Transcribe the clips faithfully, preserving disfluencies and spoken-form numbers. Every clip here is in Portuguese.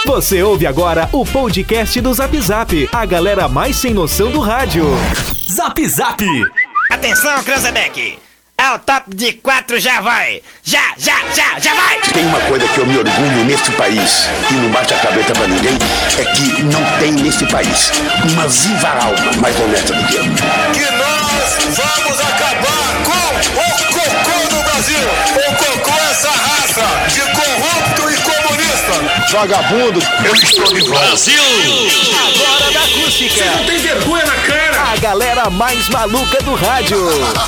Você ouve agora o podcast do Zap Zap, a galera mais sem noção do rádio. Zap Zap! Atenção, Cranzebeck! É o top de quatro, já vai! Já, já, já, já vai! Tem uma coisa que eu me orgulho neste país, e não bate a cabeça pra ninguém, é que não tem neste país uma viva alma mais honesta do que eu. Que nós vamos acabar com o cocô no Brasil! O cocô é essa raça de corrupto e comunista! Vagabundo, eu estou de volta. Brasil! Agora da acústica! Você não tem vergonha na cara! A galera mais maluca do rádio.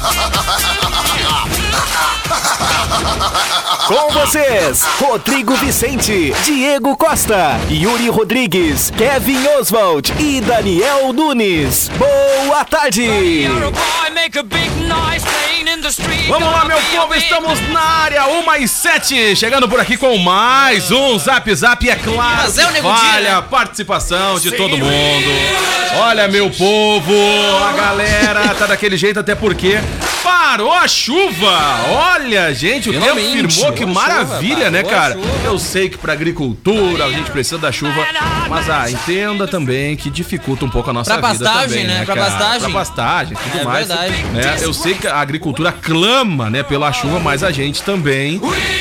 Com vocês, Rodrigo Vicente, Diego Costa, Yuri Rodrigues, Kevin Oswald e Daniel Nunes. Boa tarde! Vamos lá, meu povo, estamos na área, uma e sete, chegando por aqui com mais um Zap Zap, e é claro que vale a participação de todo mundo. Olha, meu povo, a galera tá daquele jeito, até porque parou a chuva. Olha, gente, o tempo firmou, que maravilha, né, cara? Eu sei que pra agricultura a gente precisa da chuva, mas ah, entenda também que dificulta um pouco a nossa pra vida pastagem, também, né? né, Pra cara? pastagem. Pra pastagem, tudo É mais. verdade. Né? Eu sei que a agricultura clama, né, pela chuva, mas a gente também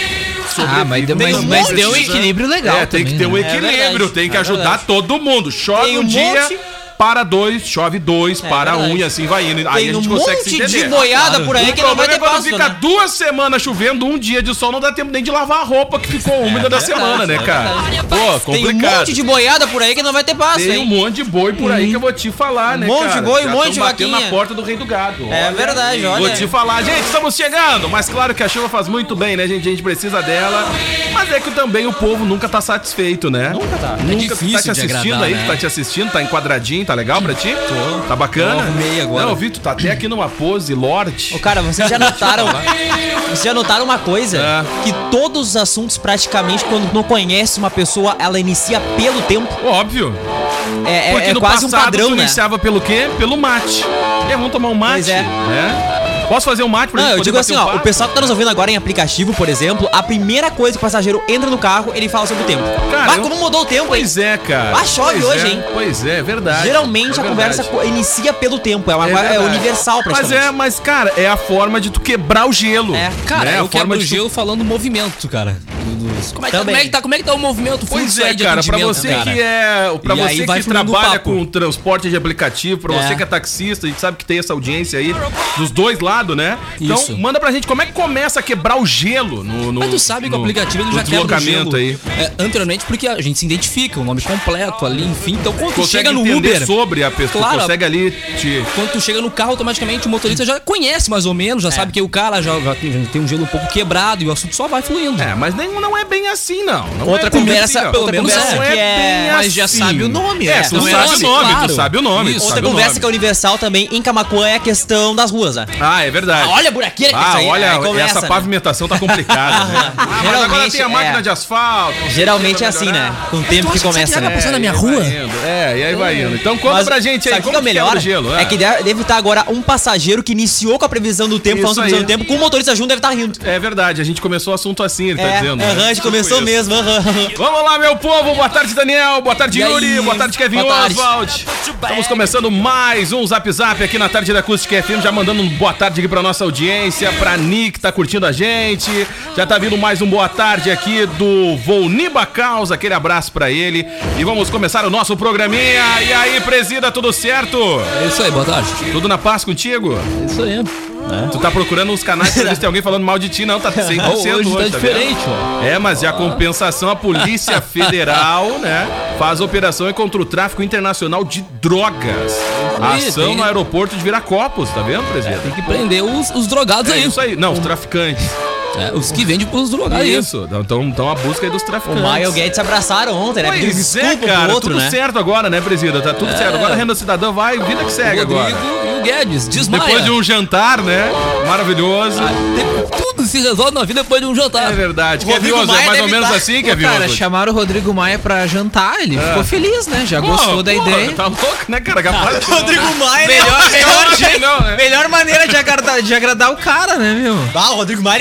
Ah, mas deu, mas, Tem um mas monte deu um de- equilíbrio legal. É, tem que também, ter um né? equilíbrio, verdade, tem que é ajudar verdade. todo mundo. Chove Tem um, um dia, monte- para dois, chove dois, para verdade. um, e assim vai indo. Aí Tem a gente um consegue se monte de entender. boiada por aí O que não vai problema ter é quando passo, fica né? duas semanas chovendo, um dia de sol, não dá tempo nem de lavar a roupa que ficou úmida da semana, né, cara? Pô, Tem um complicado. monte de boiada por aí que não vai ter passo, Tem um hein? monte de boi por aí que eu vou te falar, né, monte de cara? boi, Já um monte tão de batendo vaquinha. na porta do Rei do Gado. É verdade, olha. Vou te falar, gente, estamos chegando, mas claro que a chuva faz muito bem, né, gente? A gente precisa dela, mas é que também o povo nunca tá satisfeito, né? Nunca tá. Nunca difícil tá te de assistindo agradar, aí, né? tu tá te assistindo, tá enquadradinho, tá legal pra ti? Tô. Tá bacana? Tô, arrumei agora. Não, Vitor, tá até aqui numa pose Lorde. Ô, cara, vocês já notaram Vocês já notaram uma coisa? É. Que todos os assuntos, praticamente, quando não conhece uma pessoa, ela inicia pelo tempo. Óbvio. É, é- Porque é no quase um passado padrão, tu né? iniciava pelo quê? Pelo mate. É, vamos tomar um mate, Pois é. né? Posso fazer um mate pra Não, gente eu poder digo bater assim, um ó, o papo? pessoal que tá nos ouvindo agora em aplicativo, por exemplo, a primeira coisa que o passageiro entra no carro, ele fala sobre o tempo. Cara, Mas eu- como mudou o tempo, hein? Pois é, cara. Ah, chove Pois hoje, é, hein? Pois é, é verdade. Geralmente é a conversa verdade. co- inicia pelo tempo, é, uma, É é, verdade. universal Mas praticamente. é, mas cara, é a forma de tu quebrar o gelo. É. Cara, né? eu a quebro forma o de tu- gelo falando movimento, cara. Dos- Como, é que, Também. como é que tá, como é que tá o movimento, o Pois fluxo é, aí de cara, pra atendimento, você cara? que é, pra E aí você vai que fluindo o trabalha papo. com transporte de aplicativo, pra É. você que é taxista, a gente sabe que tem essa audiência aí dos dois lados, né? Então, Isso. manda pra gente como é que começa a quebrar o gelo no, no Mas tu sabe que o no- aplicativo ele no já quebra o deslocamento gelo aí. é, anteriormente, porque a gente se identifica, o nome completo ali, enfim. Então quando tu Consegue chega no entender Uber, sobre a pessoa, Claro. consegue ali te... quando tu chega no carro, automaticamente o motorista já conhece mais ou menos, já sabe que o cara já, já tem, já tem um gelo um pouco quebrado e o assunto só vai fluindo. É, mas nem, não é bem assim, não. Não Outra é bem conversa- assim, não. pelo Outra menos conversa é. não que é- bem mas já assim. sabe o nome, É, é. tu Não é sabe assim, o nome, claro. tu sabe o nome. tu Isso. Outra sabe o conversa nome. que é universal também em Camaquã é a questão das ruas, né? Ah, é verdade. Ah, olha a buraqueira que Ah, isso aí, olha, aí começa, essa né? pavimentação tá complicada, né? Ah, mas agora Geralmente tem a máquina é. de asfalto. Geralmente é assim, melhorar. né? Com o tempo que começa, vai né? passar na minha e aí rua? vai indo. É, e aí vai indo. Então conta Mas pra gente aí, sabe o que como é o que quebra melhor? o gelo? É que deve deve estar agora um passageiro que iniciou com a previsão do tempo, Isso falando sobre a previsão aí. do tempo, com o motorista junto deve estar rindo. É verdade, a gente começou o assunto assim, ele tá É, dizendo. aham, né? a gente começou Tipo isso. mesmo, aham. Vamos lá, meu povo. Boa tarde, Daniel. Boa tarde, E aí? Yuri. Boa tarde, Kevin Boa tarde. Oswald. Estamos começando mais um Zap Zap aqui na tarde da Acústica F M. Já mandando um boa tarde aqui pra nossa audiência, pra Nick que tá curtindo a gente. Já tá vindo mais um boa tarde aqui do Volniba Caos. Aquele abraço pra ele. E vamos começar o nosso programinha. E aí, presida, tudo certo? É isso aí, boa tarde. Tudo na paz contigo? É isso aí. Tu tá procurando uns canais pra ver se tem alguém falando mal de ti, não. Tá cem por cento Hoje tá vendo? diferente, ó. É, mas e a compensação, a Polícia Federal, né, faz operação contra o tráfico internacional de drogas. Aí, Ação tem- no aeroporto de Viracopos, tá vendo, presidente? Tem que prender os, os drogados É aí. isso aí. Não, os traficantes. É, os que vendem pros drogados aí. Isso. Então, então a busca aí dos O traficantes. Maia e o Guedes se abraçaram ontem, né? Pediram Pois é, desculpa cara, pro outro, tudo né? certo agora, né, presida? Tá tudo certo. Agora a renda cidadã vai, vida que segue O Rodrigo agora. e o Guedes, desmaia. Depois de um jantar, né, maravilhoso. Ah, tem- tudo se resolve na vida depois de um jantar. É verdade. O Rodrigo Kevin Oswald, é Maia mais ou deve menos tá- assim, Pô, Kevin cara, Oswald? chamaram o Rodrigo Maia pra jantar, ele ficou feliz, né? Já Pô, gostou da pô, ideia. Tá louco, né, cara? Capaz de- Rodrigo Maia, Melhor, melhor, jeito, Não, né? melhor maneira de agradar, de agradar o cara, né, meu? Ah, o Rodrigo Maia ele tem uma cara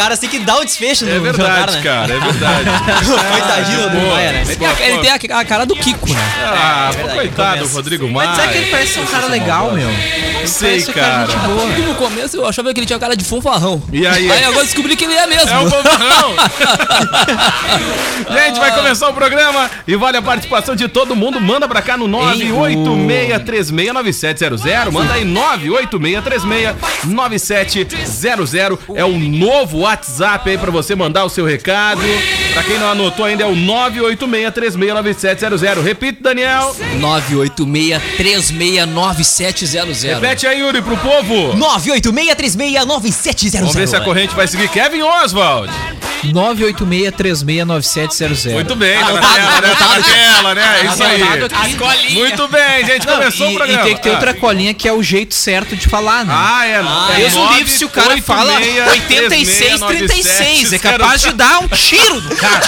caras têm que dar o desfecho no É verdade, jantar, né? cara, é verdade. Coitadinho do boa. Maia, né? Ele tem, a, ele tem a, a cara do Kiko, né? Ah, É verdade, coitado do começa. Rodrigo Maia. Mas sabe que ele parece ser um cara legal, meu? Não sei, Parece um cara cara. gente boa. No começo eu achava que ele tinha cara de fanfarrão. E aí? Aí agora descobri que ele é mesmo. É o fanfarrão. Gente, vai começar o programa e vale a participação de todo mundo. Manda pra cá no nove oito seis três seis nove sete zero zero. Manda aí nove oito seis três seis nove sete zero zero. É o novo WhatsApp aí pra você mandar o seu recado. Pra quem não anotou ainda é o nove oito seis três seis nove sete zero zero. Repita, Daniel. nove oito seis três seis nove sete zero zero. Repete aí, Yuri, pro povo. nove oito seis três seis nove sete zero zero. Vamos ver se a corrente vai seguir. Kevin Oswald. nove oito seis três seis nove sete zero zero. Muito bem, tá na tela, né? Tá na tela, né? É isso aí. Anotado aqui. Muito bem, gente. Não, Começou e, o programa. e tem que ter outra colinha que é o jeito certo de falar, né? Ah, é. é Deus o livre se o cara fala oitenta e seis, trinta e seis. É capaz de dar um tiro no cara.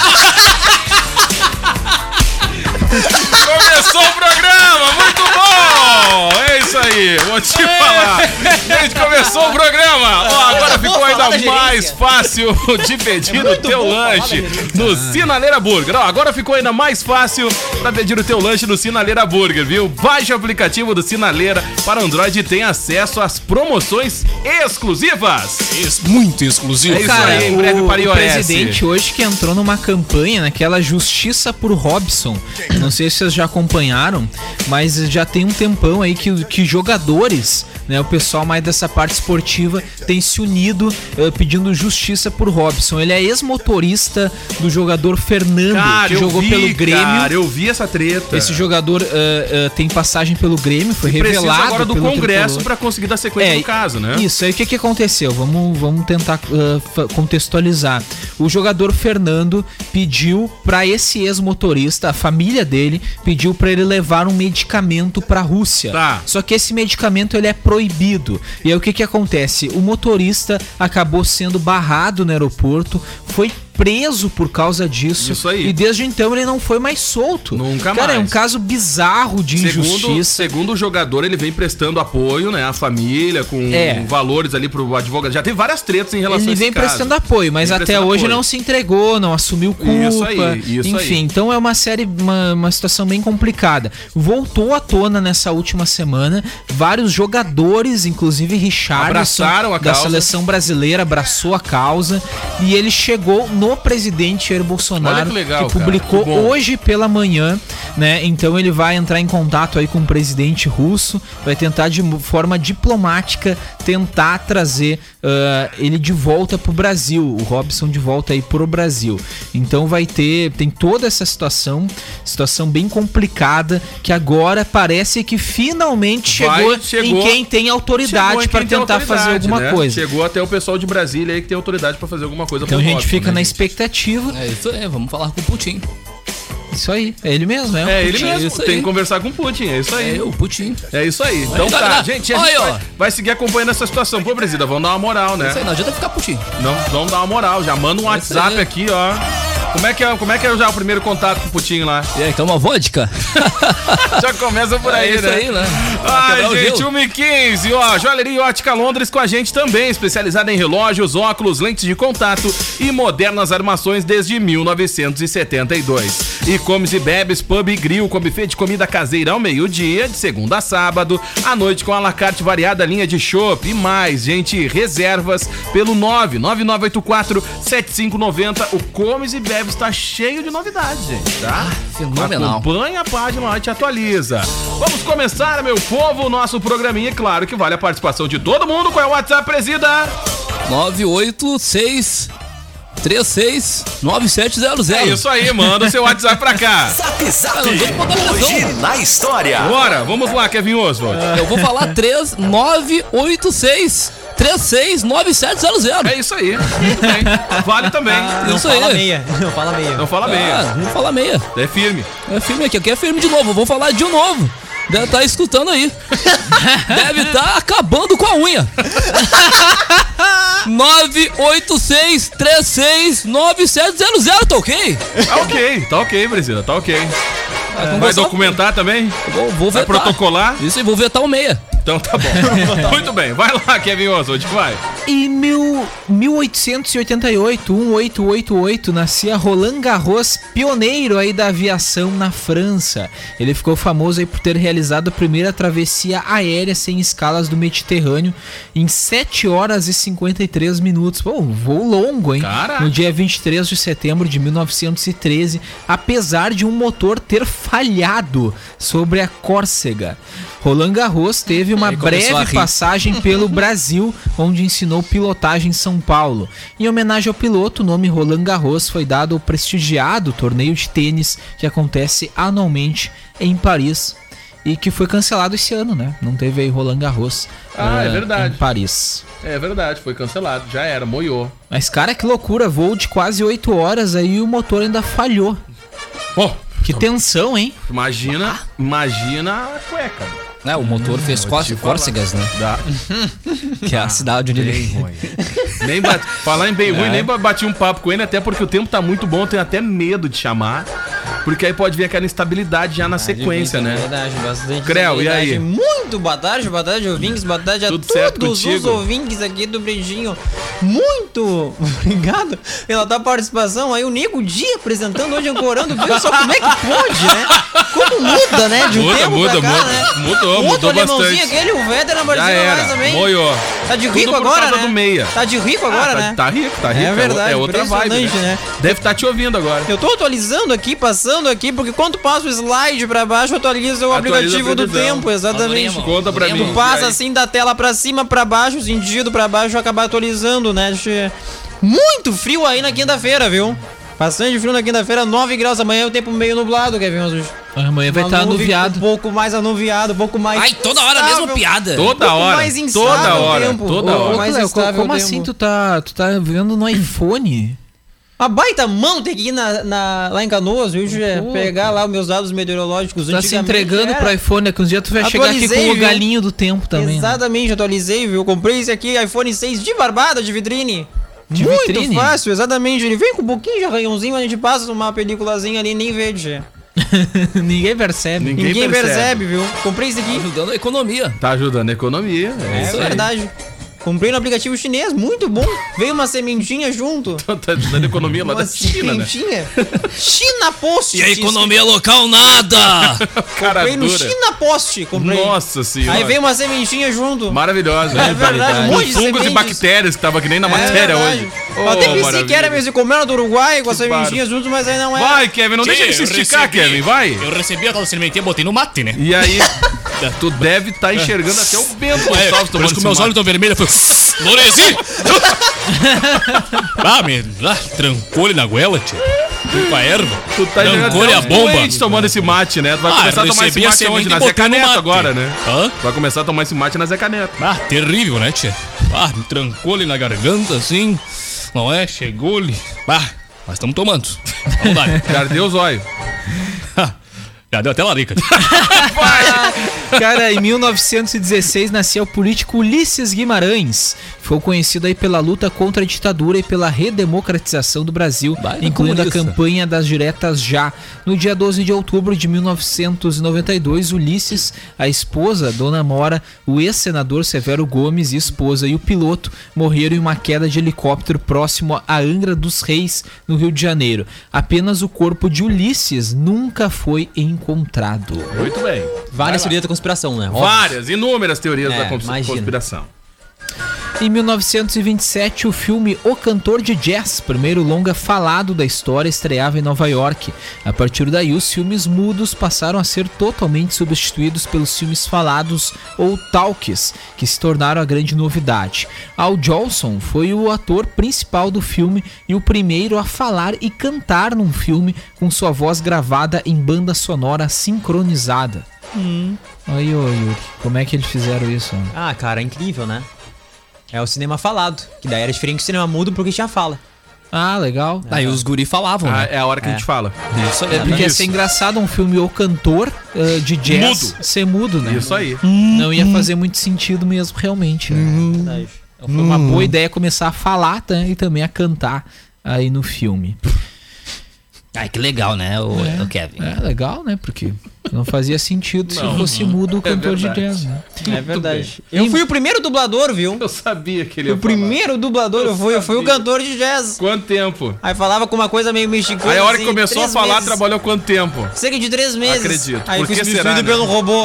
Começou o programa, muito bom! É isso aí, vou te falar. Gente, começou o programa. Ó, agora ficou ainda mais fácil de pedir o teu lanche no Sinaleira Burger. Ó, agora ficou ainda mais fácil para pedir o teu lanche no Sinaleira Burger, viu? Baixe o aplicativo do Sinaleira para Android e tenha acesso às promoções exclusivas. Muito exclusivo. É isso Cara, aí, em breve o, para o iOS. presidente hoje que entrou numa campanha, naquela Justiça por Robson. Não sei se vocês já acompanharam, mas já tem um tempão aí que, que jogadores, né, o pessoal mais dessa parte esportiva tem se unido uh, pedindo justiça por Robson. Ele é ex-motorista do jogador Fernando, Cara, que eu jogou vi, pelo Grêmio. Cara, eu vi essa treta. Esse jogador uh, uh, tem passagem pelo Grêmio, foi Precisa revelado agora do pelo Congresso tricolor. para conseguir dar sequência É, no caso, né? Isso, aí o que, que aconteceu? Vamos, vamos tentar uh, fa- contextualizar. O jogador Fernando pediu pra esse ex-motorista, a família dele, pediu pra ele levar um medicamento pra Rússia. Tá. Só que esse medicamento ele é proibido. E aí o que, que acontece? O motorista acabou sendo barrado no aeroporto, foi preso por causa disso. Isso aí. E desde então ele não foi mais solto. Nunca Cara, mais. é um caso bizarro de Segundo, injustiça. segundo o jogador, ele vem prestando apoio, né, à família, com É. valores ali pro advogado. Já tem várias tretas em relação a Ele esse vem caso. prestando apoio, mas Vem até prestando hoje apoio. não se entregou, não assumiu culpa. Isso aí, isso Enfim, aí. então é uma série, uma, uma situação bem complicada. Voltou à tona nessa última semana, vários jogadores, inclusive Richarlison, Abraçaram a da causa. seleção brasileira, abraçou a causa e ele chegou no presidente Jair Bolsonaro, Olha que legal, cara, publicou que bom. hoje pela manhã, né? Então ele vai entrar em contato aí com o presidente russo, vai tentar de forma diplomática tentar trazer uh, ele de volta pro Brasil, o Robson de volta aí pro Brasil. Então vai ter, tem toda essa situação, situação bem complicada, que agora parece que finalmente Vai, chegou, chegou. em quem tem Chegou autoridade em para quem tem tentar fazer autoridade, alguma né? coisa. Chegou até o pessoal de Brasília aí que tem autoridade pra fazer alguma coisa Então a pro gente Robson, fica né, na gente? expectativa. É isso aí, vamos falar com o Putin. Isso aí, é ele mesmo, é, o É ele Putin. mesmo, isso tem aí. que conversar com o Putin, é isso aí. É o Putin. É isso aí. Então Aí, tá, galera, gente, a olha gente aí, vai, ó. vai seguir acompanhando essa situação. Pô, presida, vamos dar uma moral, né? Isso aí, não adianta ficar Putin. Não, vamos dar uma moral. Já manda um É isso WhatsApp aí. aqui, ó. Como é que é, como é que é já o primeiro contato com o Putin lá? E aí, toma vodka? Já começa por aí, É isso né? aí, né? Pra Ai, quebrar o gente, gelo. uma e quinze, ó, Joalheria Ótica Londres com a gente também, especializada em relógios, óculos, lentes de contato e modernas armações desde mil novecentos e setenta e dois. E comes e bebes, pub e grill, com buffet de comida caseira ao meio-dia, de segunda a sábado, à noite com alacarte variada linha de chopp e mais, gente, reservas pelo nove nove nove oito quatro sete cinco nove zero. O Comes e Bebes tá cheio de novidades, gente, tá? Fenomenal. Acompanha a página lá e te atualiza. Vamos começar, meu povo, o nosso programinha. E claro que vale a participação de todo mundo. Qual é o WhatsApp, presida? nove oito seis três seis nove sete zero zero. É isso aí, manda o seu WhatsApp pra cá. Zap Zap. Ah, não tem que botar pressão. Hoje na história. Bora, vamos lá, Kevin Oswald. Eu vou falar três nove oito seis três seis nove sete zero zero. É isso aí, muito bem. Vale também. Não Isso fala aí. meia, não fala meia. Não fala meia. Ah, vamos falar meia. É firme. É firme aqui, aqui é firme de novo. Eu vou falar de novo. Deve estar escutando aí. Deve estar acabando com a unha. nove oito seis três seis nove sete zero zero, tá ok? Tá ok, tá ok, presida, tá ok. Então Vai vou só- documentar também? Vou, vou Vai vetar. protocolar? Isso aí, vou vetar o meia. Então tá bom. Muito bem, vai lá, Kevin Oswald, vai. Em mil, mil oitocentos e oitenta e oito, mil oitocentos e oitenta e oito, nascia Roland Garros, pioneiro aí da aviação na França. Ele ficou famoso aí por ter realizado a primeira travessia aérea sem escalas do Mediterrâneo em sete horas e cinquenta e três minutos. Pô, um voo longo, hein? Caraca. No dia vinte e três de setembro de mil novecentos e treze, apesar de um motor ter falhado sobre a Córcega. Roland Garros teve uma Ele começou a breve rir. passagem pelo Brasil, onde ensinou pilotagem em São Paulo. Em homenagem ao piloto, o nome Roland Garros foi dado ao prestigiado torneio de tênis que acontece anualmente em Paris e que foi cancelado esse ano, né? Não teve aí Roland Garros Ah, é eh, verdade. em Paris. É verdade, foi cancelado, já era, moiou. Mas, cara, que loucura, voo de quase oito horas aí e o motor ainda falhou. Pô, Que tensão, hein? imagina, imagina a cueca. É, o motor fez Córce- Córcegas, né? Dá. Que é a cidade onde ele... ruim. Nem bate, falar em bem ruim, nem bati um papo com ele, até porque o tempo tá muito bom, eu tenho até medo de chamar. Porque aí pode vir aquela instabilidade já na sequência, né? Verdade, bastante. Creu, e aí? Muito boa tarde, boa tarde, ouvintes, boa tarde a Tudo certo todos os contigo? ouvintes aqui do Brejinho. Muito obrigado pela tua participação aí, o Nego Dia apresentando hoje, ancorando, viu só como é que pode, né? Como muda, né? De um Muda, tempo muda, pra cá, muda. né? Mudou, Outro mudou alemãozinho bastante. aquele, o Véder na Já partida mais era, também. moiou. Tá de Tudo rico por agora, causa né? do meia. Tá de rico agora, Ah, tá, né? tá rico, tá rico. É verdade, é outra vibe, impressionante, né? né? Deve estar te ouvindo agora. Eu tô atualizando aqui, passando aqui, porque quando passa o slide pra baixo, atualiza o Atualiza aplicativo a do previsão. tempo, exatamente. Adoremos. Conta pra Adoremos. mim. Tu passa E aí? assim da tela pra cima, pra baixo, sentido pra baixo, acabar atualizando, né? Che- Muito frio aí na quinta-feira, viu? Bastante frio na quinta-feira, nove graus amanhã, o tempo meio nublado, Kevin. Hoje. Amanhã vai Uma estar nuvem anuviado. Um pouco mais anuviado, um pouco mais. Ai, toda hora a mesma instável. piada. Toda Um pouco hora, mais instável toda o hora, tempo. toda Ô, hora. ô, mais Cleo, instável como o assim tempo. tu tá, tu tá vendo no iPhone? A baita mão tem que ir na, na- lá em Canoas, viu, Gê? Pô, Pegar lá os meus dados meteorológicos. Tu tá se Antigamente entregando era. pro iPhone, daqui uns dias tu vai chegar aqui Atualizei, com o viu? galinho do tempo também. né? Exatamente, atualizei, viu? Comprei esse aqui, iPhone seis de barbada, de vitrine. De Muito vitrine? fácil, exatamente. Ele vem com um pouquinho de arranhãozinho, a gente passa uma peliculazinha ali e nem vê, Gê. Ninguém percebe. Ninguém Ninguém percebe. percebe. viu? Comprei esse aqui. Ajudando a economia. Tá ajudando a economia. É, É isso aí. verdade. Comprei no aplicativo chinês, muito bom. Veio uma sementinha junto. Tá ajudando a economia lá Uma da China, né? sementinha. China Post. E a economia local, nada. Cara Comprei no dura. China Post. Comprei. Nossa senhora. Aí veio uma sementinha junto. Maravilhosa. É verdade, um Com monte de fungos e sementes. bactérias que tava que nem na É matéria verdade. hoje. Eu até Oh, pensei maravilha. que era mesmo de comer do Uruguai com as Que sementinhas juntos, mas aí não é. Vai, Kevin, não deixa ele se esticar, Kevin, vai. Eu recebi aquela sementinha e botei no mate, né? E aí, tu deve estar enxergando até o Bento É, Gonçalves por isso que meus esse olhos estão vermelhos. Eu falei, Lorezi! ah, me ah, trancou ele na goela, tio. Com a erva. mate. Tu tá enxergando Trancou ele até a os bomba. doentes tomando esse mate, né? Tu vai Ah, começar a tomar esse recebi a mate semente onde? e Na Zé botei no Caneto mate. agora, né? Hã? Tu vai começar a tomar esse mate na Zé Caneto. Ah, terrível, né, tia? Ah, me trancou ele na garganta, assim. Não é? Chegou ele. Ah, mas estamos tomando. Vamos lá. Já ardeu os olhos. Já deu até larica. tia. Cara, em mil novecentos e dezesseis nasceu o político Ulisses Guimarães. Foi conhecido aí pela luta contra a ditadura e pela redemocratização do Brasil, Baita incluindo a comunista. campanha das diretas já. No dia doze de outubro de mil novecentos e noventa e dois, Ulisses, a esposa, Dona Mora, o ex-senador Severo Gomes e esposa e o piloto morreram em uma queda de helicóptero próximo a Angra dos Reis, no Rio de Janeiro. Apenas o corpo de Ulisses nunca foi encontrado. Muito bem. Vai Várias lá. teorias da conspiração, né? Óbvio. Várias, inúmeras teorias É, da cons- imagina. conspiração. Em mil novecentos e vinte e sete, o filme O Cantor de Jazz, primeiro longa falado da história, estreava em Nova York. A partir daí, os filmes mudos passaram a ser totalmente substituídos pelos filmes falados ou talkies, que se tornaram a grande novidade. Al Jolson foi o ator principal do filme e o primeiro a falar e cantar num filme com sua voz gravada em banda sonora sincronizada. Hum. Aí, ô Yuri, como é que eles fizeram isso? Ah, cara, é incrível, né? É o cinema falado. Que daí era diferente do cinema mudo porque tinha fala. Ah, legal. Aí os guri falavam, Ah, né? é a hora que a gente fala. Isso É porque ia ser engraçado um filme O Cantor uh, de jazz Mudo. ser mudo, né? Isso aí. Não ia fazer muito sentido mesmo, realmente. Né? Verdade. Então foi uma boa ideia começar a falar, né, e também a cantar aí no filme. Ai, que legal, né, o, É, o Kevin? É legal, né? Porque não fazia sentido Não. se fosse mudo o cantor de verdade. jazz, né? É verdade. Eu fui o primeiro dublador, viu? Eu sabia que ele ia O primeiro dublador eu fui, eu fui o sabia. cantor de jazz. falar. Quanto tempo? Aí falava com uma coisa meio mexicana. Aí a hora que assim, começou a três falar, meses. trabalhou quanto tempo? Cerca de três meses. Acredito. Aí Por fui que substituído será, né? pelo robô.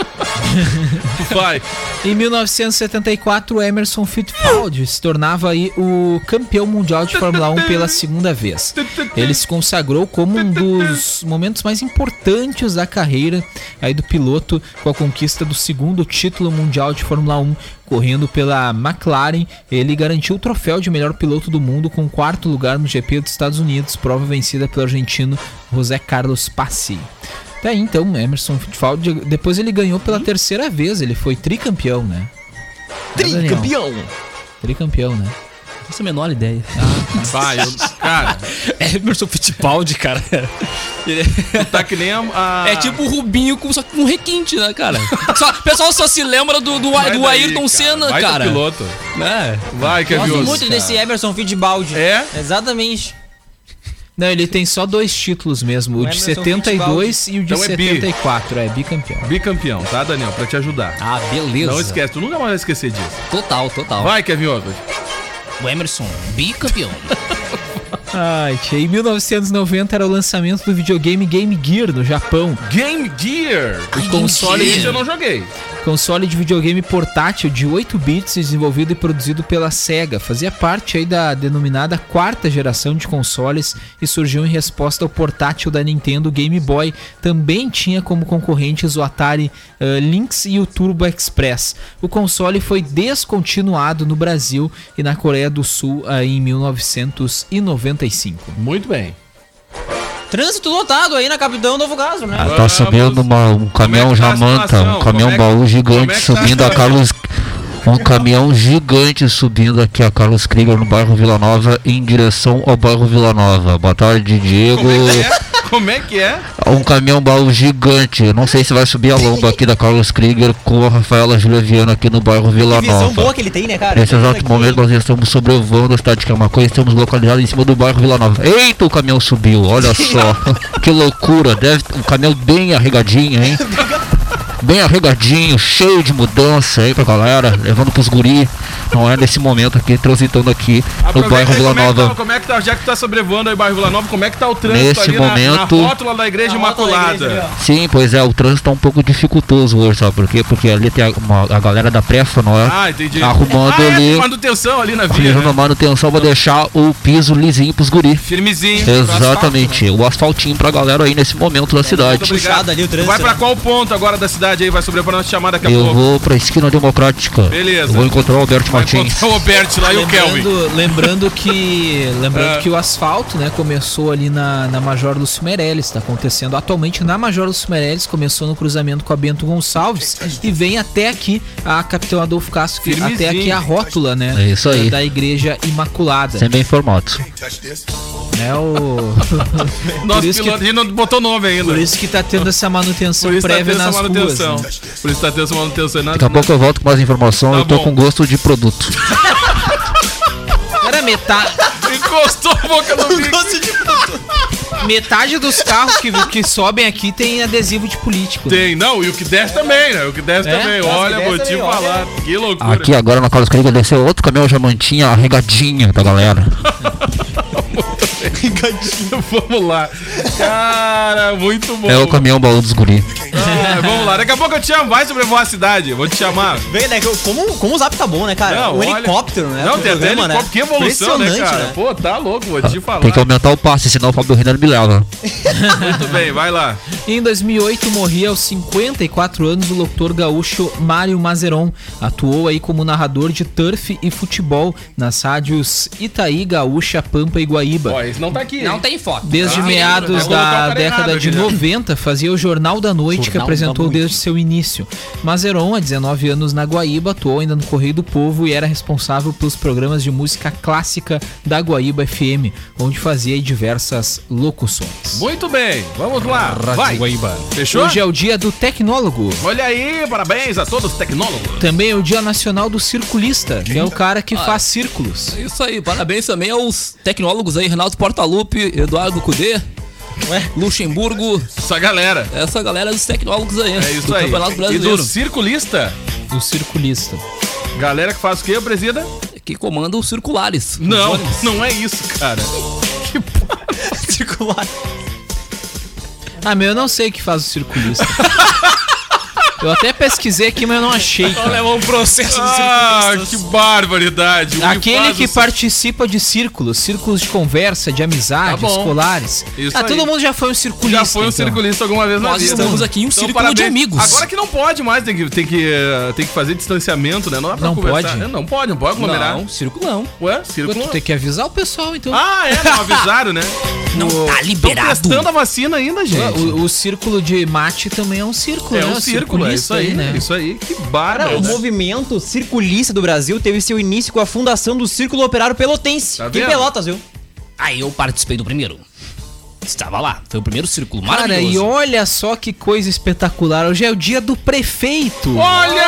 Vai. Em mil novecentos e setenta e quatro, Emerson Fittipaldi se tornava aí o campeão mundial de Fórmula um pela segunda vez. Ele se consagrou como um dos momentos mais importantes da carreira aí do piloto, com a conquista do segundo título mundial de Fórmula um, correndo pela McLaren. Ele garantiu o troféu de melhor piloto do mundo com o quarto lugar no G P dos Estados Unidos, prova vencida pelo argentino José Carlos Passi. Daí então, Emerson Fittipaldi, depois ele ganhou pela terceira vez, ele foi tricampeão, né? Tricampeão! Tricampeão, né? Não faço a menor ideia. Vai, eu, cara, Emerson Fittipaldi, cara. Ele tá que nem a... a- é tipo o Rubinho com, só com um requinte, né, cara? Só- O pessoal só se lembra do, do, Vai do daí, Ayrton cara. Senna, Vai do cara. piloto. É. Vai, Kevin Gosto Oswald. muito desse Emerson Fittipaldi. É? Exatamente. Não, ele tem só dois títulos mesmo, o, O de Emerson setenta e dois e o de Então é bi. setenta e quatro, é bicampeão. Bicampeão, tá, Daniel? Pra te ajudar. Ah, beleza. Não esquece, tu nunca mais vai esquecer disso. Total, total. Vai, Kevin Oswald. O Emerson, bicampeão. Ai, tia, em mil novecentos e noventa era o lançamento do videogame Game Gear no Japão. Game Gear. O console, Esse eu não joguei. console de videogame portátil de oito bits, desenvolvido e produzido pela Sega. Fazia parte aí da denominada quarta geração de consoles e surgiu em resposta ao portátil da Nintendo Game Boy. Também tinha como concorrentes o Atari uh, Lynx e o Turbo Express. O console foi descontinuado no Brasil e na Coreia do Sul uh, em mil novecentos e noventa e cinco. Muito bem. Trânsito lotado aí na Capitão Novo Gás, né? Tá Vamos. subindo uma- um caminhão Como é que tá a Jamanta, situação? um caminhão Como é que- baú como gigante é que tá subindo a a Carlos. Um caminhão gigante subindo aqui a Carlos Krieger no bairro Vila Nova em direção ao bairro Vila Nova. Boa tarde, Diego. Como é que é? Como é que é? Um caminhão baú gigante. Eu não sei se vai subir a lomba aqui da Carlos Krieger com a Rafaela Júlia Viana aqui no bairro Vila Que visão Nova. boa que ele tem, né, cara? Nesse exato momento nós estamos sobrevoando a cidade de Camacuã e estamos localizados em cima do bairro Vila Nova. Eita, o caminhão subiu, olha só. Que loucura, deve um caminhão bem arregadinho, hein? Bem arregadinho, cheio de mudança aí pra galera, levando pros guri. Não é nesse momento aqui, transitando aqui no Aproveita bairro aí, Vila como é que Nova. tá- como é que tá, já que tá sobrevoando aí o bairro Vila Nova, como é que tá o trânsito Nesse ali na- momento- na, rótula da Igreja Na rótula da Imaculada? igreja ali, Sim, pois é, o trânsito tá um pouco dificultoso hoje, sabe por quê? Porque ali tem a, uma- a galera da pressa, não é? Ah, entendi. Arrumando ah, é, ali. tem manutenção ali na via, Fazendo né? manutenção pra deixar o piso lisinho pros guri. Firmezinho. Exatamente, o asfaltinho pra galera aí nesse momento da cidade. Muito obrigado. Puxado ali o trânsito, Vai pra né? qual ponto agora da cidade aí? Vai sobrevoar nossa chamada daqui a Eu pouco. vou pra esquina democrática. Beleza. Eu vou encontrar o Alberto Vai Martins. encontrar o Roberto lá e o Kelvin. Lembrando, lembrando que lembrando É. que o asfalto, né, começou ali na, na Major Lúcio Meirelles, está acontecendo atualmente na Major Lúcio Meirelles, começou no cruzamento com a Bento Gonçalves e vem até aqui a Capitão Adolfo Castro, que- Firmezinho. até aqui a rótula, né, É isso aí. da Igreja Imaculada. Sem bem informado. É o Nosso por isso piloto, que- a gente não botou nome ainda. por isso que tá tendo essa manutenção Por isso tá prévia tendo essa nas manutenção. ruas. Né? Por isso tá tendo essa manutenção. Na, Daqui a pouco eu volto com mais informação. Tá eu tô bom. com gosto de produto. Era metade, Encostou a boca no bico. metade dos carros que, que sobem aqui tem adesivo de político. Tem, não, e o que desce também, né? O que desce É? também. Nossa, Olha, o que vou desce te também, falar. Que loucura. Aqui agora na Carlos Krieger desceu outro caminhão Jamantinha arregadinho da galera. Vamos lá. Cara, muito bom. É o caminhão baú dos guri. Ah, vamos lá. Daqui a pouco eu te chamo. Vai sobrevoar a cidade. Eu vou te chamar. Vem, né? Como, como o zap tá bom, né, cara? Não, o olha- helicóptero, né? Não, do tem até programa, helicóptero. Que evolução, né, Impressionante, cara? Pô, tá louco, vou te falar. Tem que aumentar o passe, senão o Fábio Renner me leva. Muito bem, vai lá. Em dois mil e oito morria aos cinquenta e quatro anos o locutor gaúcho Mário Mazeron. Atuou aí como narrador de turf e futebol nas rádios Itaí, Gaúcha, Pampa e Guaíba. Ó, esse não tá aqui. Não hein? tem foto. Desde Ah, meados eu vou colocar o da cara década errado de aqui, né? noventa, fazia o Jornal da Noite, que Jornal apresentou da Noite. desde seu início. Mazeron, há dezenove anos na Guaíba, atuou ainda no Correio do Povo e era responsável pelos programas de música clássica da Guaíba F M, onde fazia diversas locuções. Muito bem, vamos lá. Vai. Fechou? Hoje é o dia do tecnólogo. Olha aí, parabéns a todos os tecnólogos. Também é o dia nacional do circulista, que é o cara que faz círculos. Isso aí, parabéns também aos tecnólogos aí, Renato Portaluppi, Eduardo Cudê, Ué? Luxemburgo. Essa galera. Essa galera dos tecnólogos aí. É isso do aí. Campeonato E Brasileiro. do circulista? O circulista. Galera que faz o quê, presida? Que comanda os circulares. Não, Os não é isso, cara. Que porra. Circular. Ah, meu, eu não sei o que faz o circulista. Eu até pesquisei aqui, mas eu não achei. Então levou um processo de Ah, circulistas. que barbaridade. O Aquele faz que o cir- participa de círculos, círculos de conversa, de amizade, Tá bom. escolares. Isso ah, aí. todo mundo já foi um circulista. Já foi um então. circulista alguma vez na Nós vida. estamos aqui em um círculo de parabéns. amigos. Agora que não pode mais, tem que, tem que, eh, tem que fazer distanciamento, né? Não dá pra Não conversar. pode? É, Não pode, não pode aglomerar. Não, círculo não. Ué, círculo. Tu tem que avisar o pessoal, então. Ah, é, não avisaram, né? Não tá Estão liberado. testando a vacina ainda, gente. O, o círculo de mate também é um círculo, É né? um O círculo, é isso circulista aí, né? Isso aí, que Cara, bárbaro. o né? movimento circulista do Brasil teve seu início com a fundação do Círculo Operário Pelotense. Tá Aqui em vendo? Pelotas, viu? Aí eu participei do primeiro. Estava lá. Foi o primeiro círculo Cara, maravilhoso. e olha só que coisa espetacular. Hoje é o dia do prefeito. Olha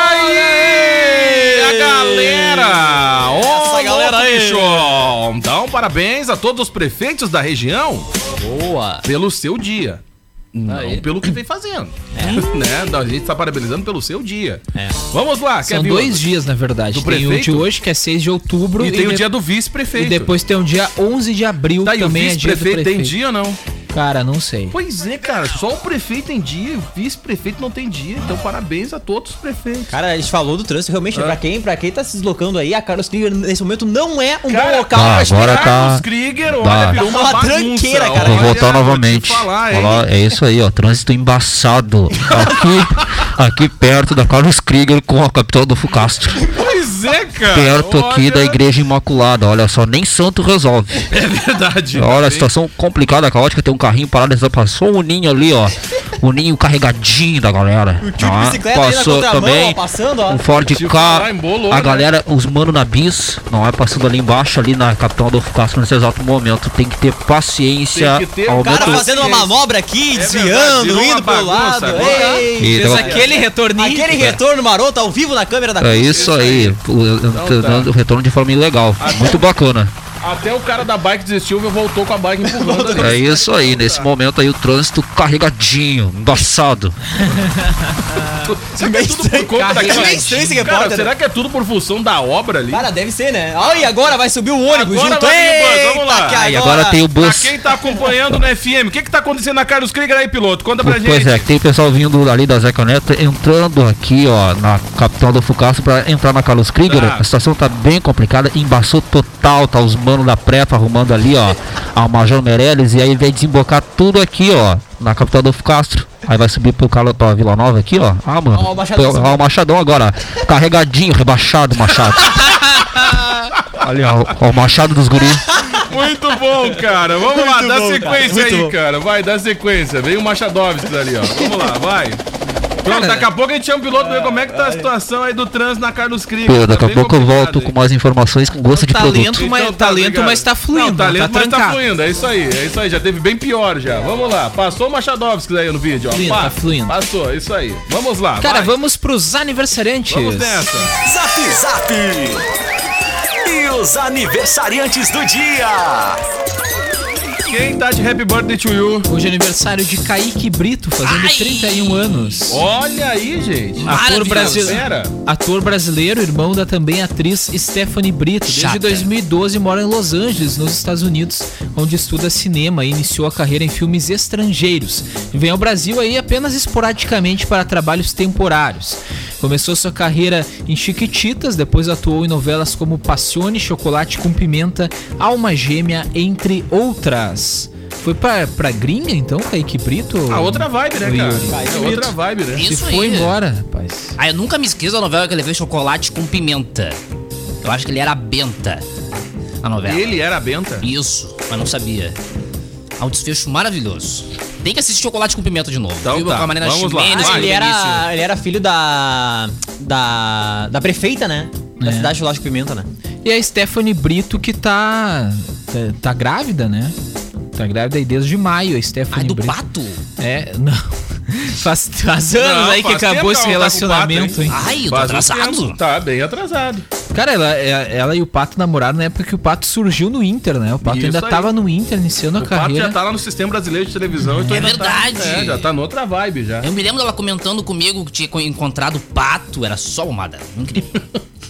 aí! A galera! Ô, Essa galera louco, aí! bicho! Então, parabéns a todos os prefeitos da região Boa. pelo seu dia. Não Aí. pelo que vem fazendo. Né? A gente tá parabenizando pelo seu dia. É. Vamos lá, São Kevin. dois dias, na verdade. Do Tem o de prefeito? hoje, que é seis de outubro. E tem o de- dia do vice-prefeito. E depois tem o dia onze de abril, Tá, e o também é dia do vice-prefeito prefeito. tem dia ou não? Cara, não sei. Pois é, cara. Só o prefeito tem dia e o vice-prefeito não tem dia. Então, parabéns a todos os prefeitos. Cara, a gente falou do trânsito, realmente, Ah. pra quem, pra quem tá se deslocando aí, a Carlos Krieger nesse momento não é um Cara, bom local. tá, pra agora chegar. tá- Carlos Krieger, olha, Tá. virou uma Uma bagunça. tranqueira, cara. Vou Olha, voltar vou te novamente. falar, hein? Olha lá, é isso aí, ó. Trânsito embaçado. Aqui, aqui perto da Carlos Krieger com a capital do Fucastro. Pois é, cara. Perto aqui Olha, da Igreja Imaculada. Olha só, nem santo resolve. É verdade. Olha a Bem, situação complicada, caótica. Tem um carrinho parado, só passou o ninho ali, ó. O ninho carregadinho da galera. O tio de Ah, bicicleta aí na passou contramão, também ó, passando, ó. um Ford Tipo, K. lá embolou, A né? galera, os mano na bis, não é passando ali embaixo, ali na capital do Fucastro nesse exato momento. Tem que ter paciência. Tem que ter- aumenta O cara o- fazendo uma manobra aqui, É desviando, verdade, virou uma indo pro bagunça lado. agora. Ei, E Fez então- aquele retorninho. aquele retorno maroto ao vivo na câmera da É isso aí, o, o- tá. dando o retorno de forma ilegal. Muito bacana. Até o cara da bike desistiu e voltou com a bike empurrando ali. É isso aí, nesse momento aí o trânsito carregadinho, embaçado. Será que é tudo por conta É daquela... meio estranho esse Cara, repórter, será né? que é tudo por função da obra ali? Cara, deve ser, né? Olha, e agora vai subir o ônibus Agora junto. vai vir o bus, Eita, vamos lá. que E agora tem o Pra bus. quem tá acompanhando no F M, o que que tá acontecendo na Carlos Krieger aí, piloto? Conta pra gente. Pois é, que tem o pessoal vindo ali da Zeca Neto entrando aqui, ó, na capital do Fucastro pra entrar na Carlos Krieger. Tá. A situação tá bem complicada, embaçou total, tá os manos da Prepa arrumando ali, ó, a Major Meirelles, e aí vem desembocar tudo aqui, ó, na capital do Fucastro. Aí vai subir pro Carlos, pra Vila Nova aqui, ó. Ah, mano. Ó, o Machadão Ó, o Machadão agora, carregadinho, rebaixado, Machado. Ali, ó, ó, o Machado dos guris. Muito bom, cara. Vamos lá, dá bom, sequência cara, muito aí, bom. cara. Vai, dá sequência. Vem o Machadovski ali, ó. Vamos lá, vai. Pronto, daqui a pouco a gente chama o piloto pra ver como é que tá a situação aí do trânsito na Carlos Krieger. Pô, Tá daqui a bem pouco eu complicado volto aí. com mais informações com gosto de Talento, produto. mas, Então tá, talento obrigado. mas tá fluindo. Não, talento, tá mas tá trancado. fluindo. É isso aí, é isso aí. Já teve bem pior já. Vamos lá. Passou o Machadovski aí no vídeo, ó. Fluindo, Pá, tá fluindo. Passou, é isso aí. Vamos lá. Cara, vai. vamos pros aniversariantes. Vamos nessa. Zap Zap. E os aniversariantes do dia. Quem tá de happy birthday to you? Hoje é aniversário de Kaique Brito, fazendo Ai. trinta e um anos. Olha aí, gente. Ator Maravilhoso. brasileiro, Pera. ator brasileiro, irmão da também atriz Stephanie Brito. Desde Chata. dois mil e doze mora em Los Angeles, nos Estados Unidos, onde estuda cinema e iniciou a carreira em filmes estrangeiros. Vem ao Brasil aí apenas esporadicamente para trabalhos temporários. Começou sua carreira em Chiquititas, depois atuou em novelas como Passione, Chocolate com Pimenta, Alma Gêmea, entre outras. Foi pra, pra gringa, então, Kaique Brito? A outra vibe, né, Oi, cara? Yuri. É outra vibe, né? Se Isso foi aí. embora, rapaz. Ah, eu nunca me esqueço da novela que ele fez Chocolate com Pimenta. Eu acho que ele era a Benta na novela. Ele era a Benta? Isso, mas não sabia. Ah, um desfecho maravilhoso. Tem que assistir Chocolate com Pimenta de novo. Então Viu? tá, Com a Marina vamos lá. Ximenes, Vai. com o Ele era, Benício. ele era filho da. Da. Da prefeita, né? Da É. cidade de Chocolate com Pimenta, né? E a Stephanie Brito que tá, tá. tá grávida, né? Tá grávida aí desde maio, a Stephanie Ai, do Brito. pato? É, não. Faz, faz anos Não, aí que faz acabou tempo esse que ela tá com relacionamento, pato, hein? Ai, eu tô Faz um atrasado. tempo. Tá bem atrasado. Cara, ela, ela e o Pato namoraram na época que o Pato surgiu no Inter, né? O Pato Isso ainda aí. tava no Inter, iniciando a O Pato carreira. já tá lá no Sistema Brasileiro de Televisão. e tu É ainda tá- verdade. é, já tá noutra vibe já. Eu me lembro dela comentando comigo que tinha encontrado o pato, era só pomada. Incrível.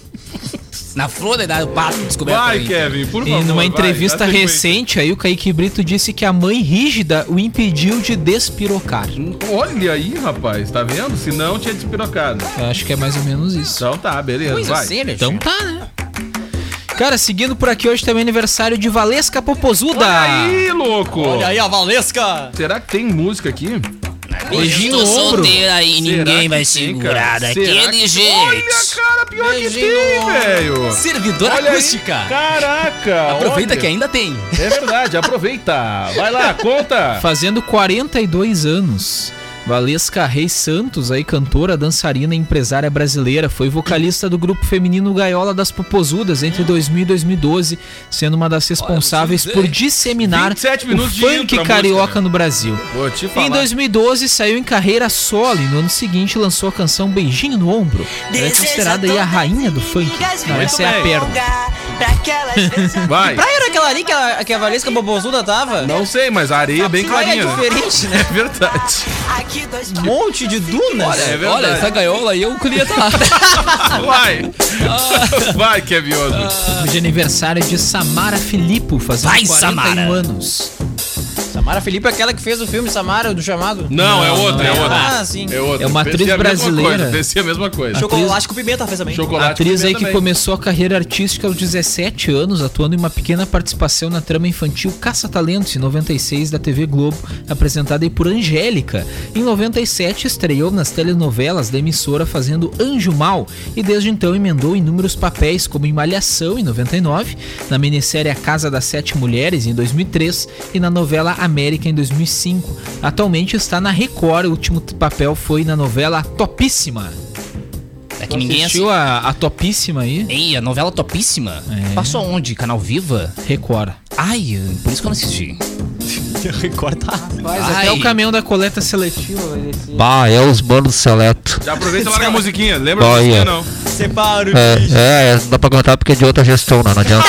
Na flor da idade, o pato descoberto. Vai, aí. Kevin, por E favor. numa vai, entrevista dá sequência. recente aí, o Kaique Brito disse que a mãe rígida o impediu de despirocar. Olha aí, rapaz, tá vendo? Se não, tinha despirocado. Eu acho que é mais ou menos isso. Então tá, beleza, Coisa vai. séria, Então tio. tá, né? Cara, seguindo por aqui, hoje também é aniversário de Valesca Popozuda. Olha aí, louco. Olha aí a Valesca. Será que tem música aqui? Beijinho Eu no tô ombro. solteira e Será ninguém que vai tem, segurar cara? Será daquele que- jeito. Olha, cara, pior que Beijinho tem, no ombro. velho. Servidor Olha aí. acústica. Caraca. Aproveita olha. que ainda tem. É verdade, aproveita. Vai lá, conta. Fazendo quarenta e dois anos. Valesca Reis Santos, aí cantora, dançarina e empresária brasileira, foi vocalista do grupo feminino Gaiola das Popozudas entre dois mil e dois mil e doze, sendo uma das responsáveis Olha, por disseminar vinte e sete o minutos de funk intro a carioca música, no Brasil. Vou te falar. Em dois mil e doze, saiu em carreira solo e no ano seguinte lançou a canção Beijinho no Ombro. Ela é considerada aí a rainha do funk. Não, essa é a bem. perna. Vai. Praia era aquela ali que a, que a Valesca Bobozuda tava? Não sei, mas a areia é bem praia clarinha. é diferente, né? É verdade. Um monte de dunas. É verdade. Olha, essa gaiola aí eu queria estar. Vai. Vai, Kevin Osmo. De aniversário de Samara Filippo, fazendo Vai, quarenta e um Samara. anos. Samara Felipe é aquela que fez o filme Samara, do Chamado? Não, é outra, é não. outra. Ah, sim. É outra. É uma Pensei atriz a mesma brasileira. coisa, Pensei a mesma coisa. Chocolate com pimenta fez também. Chocolate Atriz com aí pimenta que também. começou a carreira artística aos dezessete anos, atuando em uma pequena participação na trama infantil Caça-Talentos, em noventa e seis, da T V Globo, apresentada aí por Angélica. Em noventa e sete, estreou nas telenovelas da emissora fazendo Anjo Mal, e desde então emendou inúmeros papéis, como em Malhação, em noventa e nove, na minissérie A Casa das Sete Mulheres, em dois mil e três, e na novela América, em dois mil e cinco. Atualmente está na Record, o último papel foi na novela Topíssima. É que ninguém Assistiu assistiu. a, a Topíssima aí? Ei, a novela topíssima. É. Passou onde? Canal Viva? Record. Ai, por isso que eu não assisti. Recorta. Mas Ai. até o caminhão da coleta seletiva vai descer. Bah, é os manos seleto. Já aproveita e larga a musiquinha. Lembra Olha. da musiquinha, não? Separo. É, é, é, não dá pra cantar porque é de outra gestão, né? Não adianta.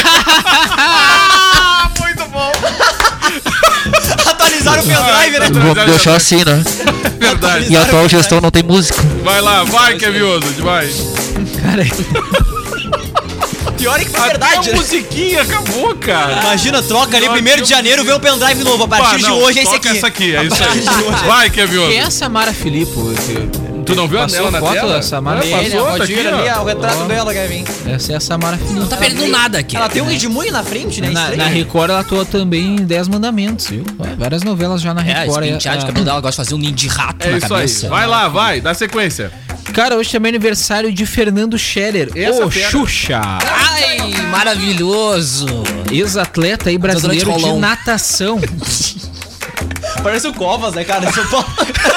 Ah, muito bom. Atualizaram o pendrive, né? Vamos deixar assim, né? Verdade. E a atual gestão não tem música. Vai lá, vai, Kevin Osmo, vai. Cara, Pior é que foi Até verdade, a né? musiquinha acabou, cara. Imagina, troca ali, primeiro de janeiro, vem o pendrive novo. A Pá, partir de não, hoje é esse toca aqui. essa aqui, é A isso partir aí. de hoje. Vai, Kevin quem é Osmo. a Samara Filippo? Tu não viu Passou ela na foto tela? da Samara É, Filippo? Ele, a passou, tá rodinha aqui, ali, ó. ó, o retrato Ó. dela, Kevin. Essa é a Samara Filippo. Não tá perdendo nada aqui. Ela tem um Edmundo na frente, né? Na, Estranho. na Record ela atua também em Dez Mandamentos, viu? Várias novelas já na É, esse Record. penteado de a- cabelo dela gosta de fazer um ninho de rato É na isso cabeça. aí. Vai lá, vai, dá sequência. Cara, hoje também é aniversário de Fernando Scherer, Essa o fera. Xuxa. Ai, maravilhoso. Ex-atleta aí brasileiro Desodorante de rolão. natação. Parece o Covas, né, cara? São Paulo.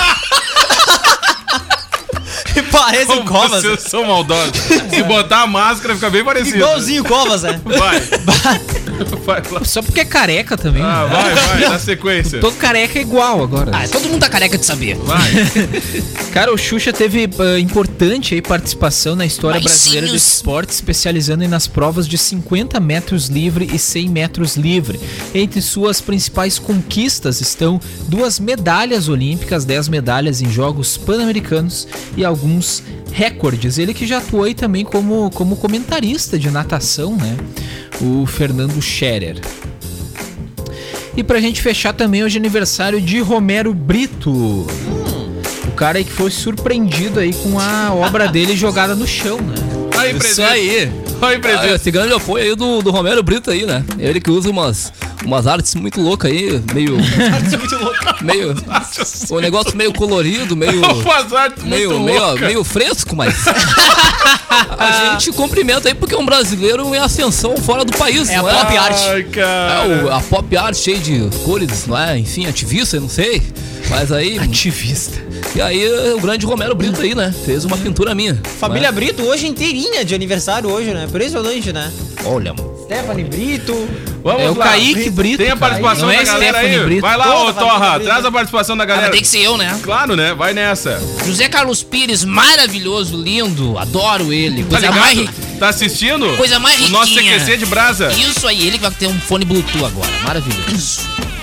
Parece o Covas. Vocês são maldosos. Se botar a máscara, fica bem parecido. Igualzinho o Covas, né? Vai. Vai lá. Só porque é careca também. Ah, né? vai, vai, dá sequência. Todo careca é igual agora. Ah, todo mundo tá careca de saber. Vai. Cara, o Xuxa teve uh, importante aí participação na história Baicinhos. brasileira do esporte, especializando aí nas provas de cinquenta metros livre e cem metros livre. Entre suas principais conquistas estão duas medalhas olímpicas, dez medalhas em Jogos Pan-Americanos e alguns recordes. Ele que já atuou aí também como, como comentarista de natação, né? O Fernando Scherer. E pra gente fechar também, hoje é aniversário de Romero Brito. O cara aí que foi surpreendido aí com a obra dele jogada no chão, né? Aí, Isso presidente. aí. Aí, Ah, presidente. esse grande apoio aí do, do Romero Brito aí, né? Ele que usa umas, umas artes muito loucas aí, meio. meio. O negócio meio colorido, meio. Umas artes Meio, muito meio, loucas. meio fresco, mas. A gente cumprimenta aí porque é um brasileiro em ascensão fora do país, É a não é? pop art. Ai, É, cara. o- a pop art cheia de cores, não é? Enfim, ativista, eu não sei. Mas aí. Ativista. E aí o grande Romero Brito aí, né? Fez uma pintura minha. Família Brito hoje inteirinha de aniversário hoje, né? Impressionante, né? Olha, mano. Stephanie Brito. Vamos É o lá. Kaique Brito. Tem a participação Não da é galera Stephanie aí. Brito. Vai lá, Toda ô a família Torra. Brito. Traz a participação da Ah, galera. mas tem que ser eu, né? Claro, né? Vai nessa. José Carlos Pires, maravilhoso, lindo, adoro ele. Coisa ligado? mais, ri- Tá assistindo? Coisa mais O nosso C riquinha. Q C de brasa. Isso aí, ele que vai ter um fone Bluetooth agora. Maravilhoso.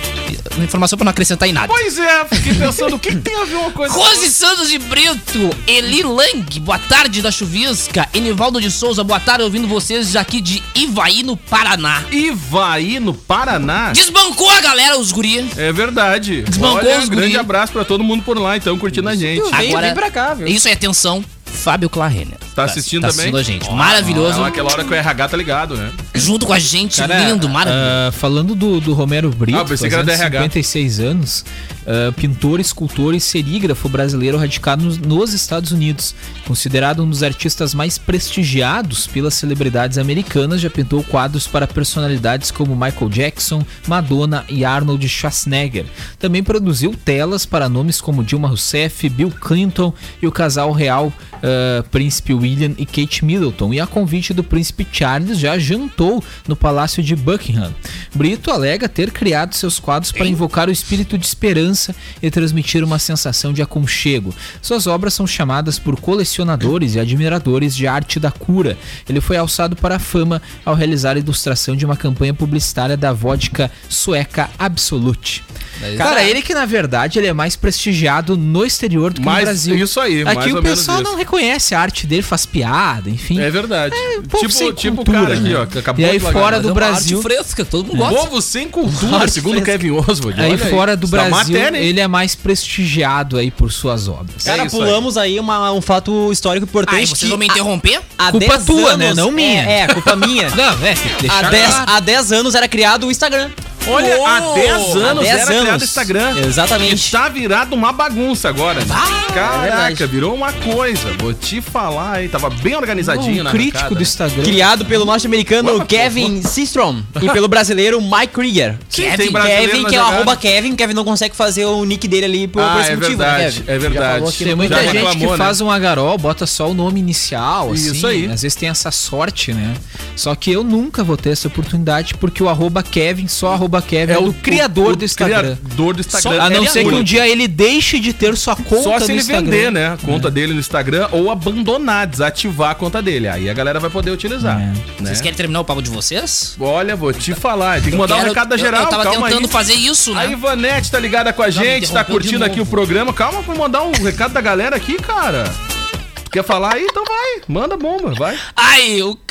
Uma informação pra não acrescentar em nada. Pois é, fiquei pensando o que, que tem a ver uma coisa. Rose Santos de Brito, Eli Lang, boa tarde da chuvisca. Enivaldo de Souza, boa tarde, ouvindo vocês aqui de Ivaí, no Paraná. Ivaí, no Paraná? Desbancou a galera, os guri. É verdade. Desbancou Olha, os um grande guri. abraço pra todo mundo por lá, então, curtindo a gente. Agora, vem pra cá, viu? Isso aí, atenção, Fábio Clarenner. Tá assistindo tá também? assistindo a gente. Maravilhoso. Ah, aquela hora que o R H tá ligado, né? Junto com a gente, Cara, lindo, maravilhoso. ah, falando do, do Romero Brito, Ah, pensei que era fazendo do R H. cinquenta e seis anos, ah, pintor, escultor e serígrafo brasileiro radicado nos, nos Estados Unidos. Considerado um dos artistas mais prestigiados pelas celebridades americanas, já pintou quadros para personalidades como Michael Jackson, Madonna e Arnold Schwarzenegger. Também produziu telas para nomes como Dilma Rousseff, Bill Clinton e o casal real ah, Príncipe William e Kate Middleton. E a convite do Príncipe Charles já jantou no Palácio de Buckingham. Brito alega ter criado seus quadros para invocar o espírito de esperança e transmitir uma sensação de aconchego. Suas obras são chamadas por colecionadores e admiradores de arte da cura. Ele foi alçado para a fama ao realizar a ilustração de uma campanha publicitária da vodka sueca Absolut. Cara, ele que na verdade ele é mais prestigiado no exterior do que Mas no Brasil. isso aí, mais Aqui ou o menos pessoal isso. não reconhece a arte dele, faz piada, enfim. É verdade. É, povo tipo sem tipo o cultura, cara aqui, né? ó, que acabou E aí de largar. fora Mas do é uma Brasil, arte fresca, todo mundo gosta. Povo sem cultura, segundo o Kevin Oswald. aí olha fora do Isso dá Brasil, matéria, hein? ele é mais prestigiado aí por suas obras. É Cara, isso pulamos aí, uma- um fato histórico importante. Ai, vocês que vão me há- interromper? há Culpa dez tua, anos- né? Não minha. É, é, culpa minha. Não, é, tem que deixar Há dez, claro. há dez anos era criado o Instagram. Olha, Oh, há dez anos há dez era criado anos. o Instagram. Exatamente. E tá virado uma bagunça agora. né? é Caraca, verdade. virou uma coisa. Vou te falar aí. Tava bem organizadinho Um na crítico arrancada. do Instagram. Criado pelo norte-americano Opa, Kevin Systrom e pelo brasileiro Mike Krieger. Sim, Kevin, tem brasileiro Kevin, na que é o jogada. arroba Kevin. Kevin não consegue fazer o nick dele ali por, por Ah, esse é motivo, verdade, né, Kevin? é verdade. Tem muita Já gente reclamou, que né? faz um agarol, bota só o nome inicial, assim. Isso aí. Às vezes tem essa sorte, né? Só que eu nunca vou ter essa oportunidade porque o arroba Kevin, só arroba Kevin, é, o, criador o do Instagram. Criador do Instagram. A não É ser que um único. dia ele deixe de ter sua conta Só se no ele Instagram. vender, né? A conta dele no Instagram ou abandonar, desativar a conta dele. Aí a galera vai poder utilizar. É. Né? Vocês querem terminar o papo de vocês? Olha, vou te falar. Tem que mandar um Quero- recado da eu- geral. Eu, tava calma tentando aí. fazer isso, né? A Ivanete tá ligada com a me gente, tá interrompeu de curtindo aqui o novo. programa. Calma pra mandar um recado da galera aqui, cara. Quer falar aí? Então vai. Manda bomba, vai. Ai, o.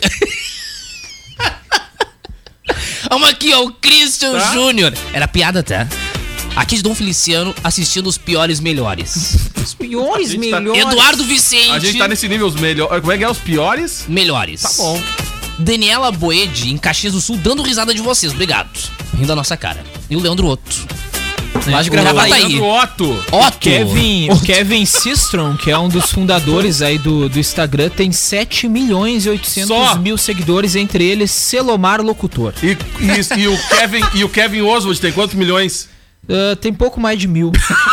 Vamos aqui, ó, o Christian Tá. Júnior. Era piada, tá? Aqui de Dom Feliciano assistindo os piores melhores. Os piores, gente tá- melhores. Eduardo Vicente. A gente tá nesse nível, os melhores. Como é que é? Os piores? Melhores. Tá bom. Daniela Boede, em Caxias do Sul, dando risada de vocês. Obrigado. Rindo da nossa cara. E o Leandro Otto. Lá de O Gravataí. Gravataí. Leandro Otto. Otto. Kevin, o Kevin Systrom, que é um dos fundadores aí do, do Instagram, tem sete milhões e oitocentos Só. mil seguidores, entre eles Selomar Locutor. E, e, e o Kevin, e o Kevin Oswald tem quantos milhões? Ah, tem pouco mais de mil.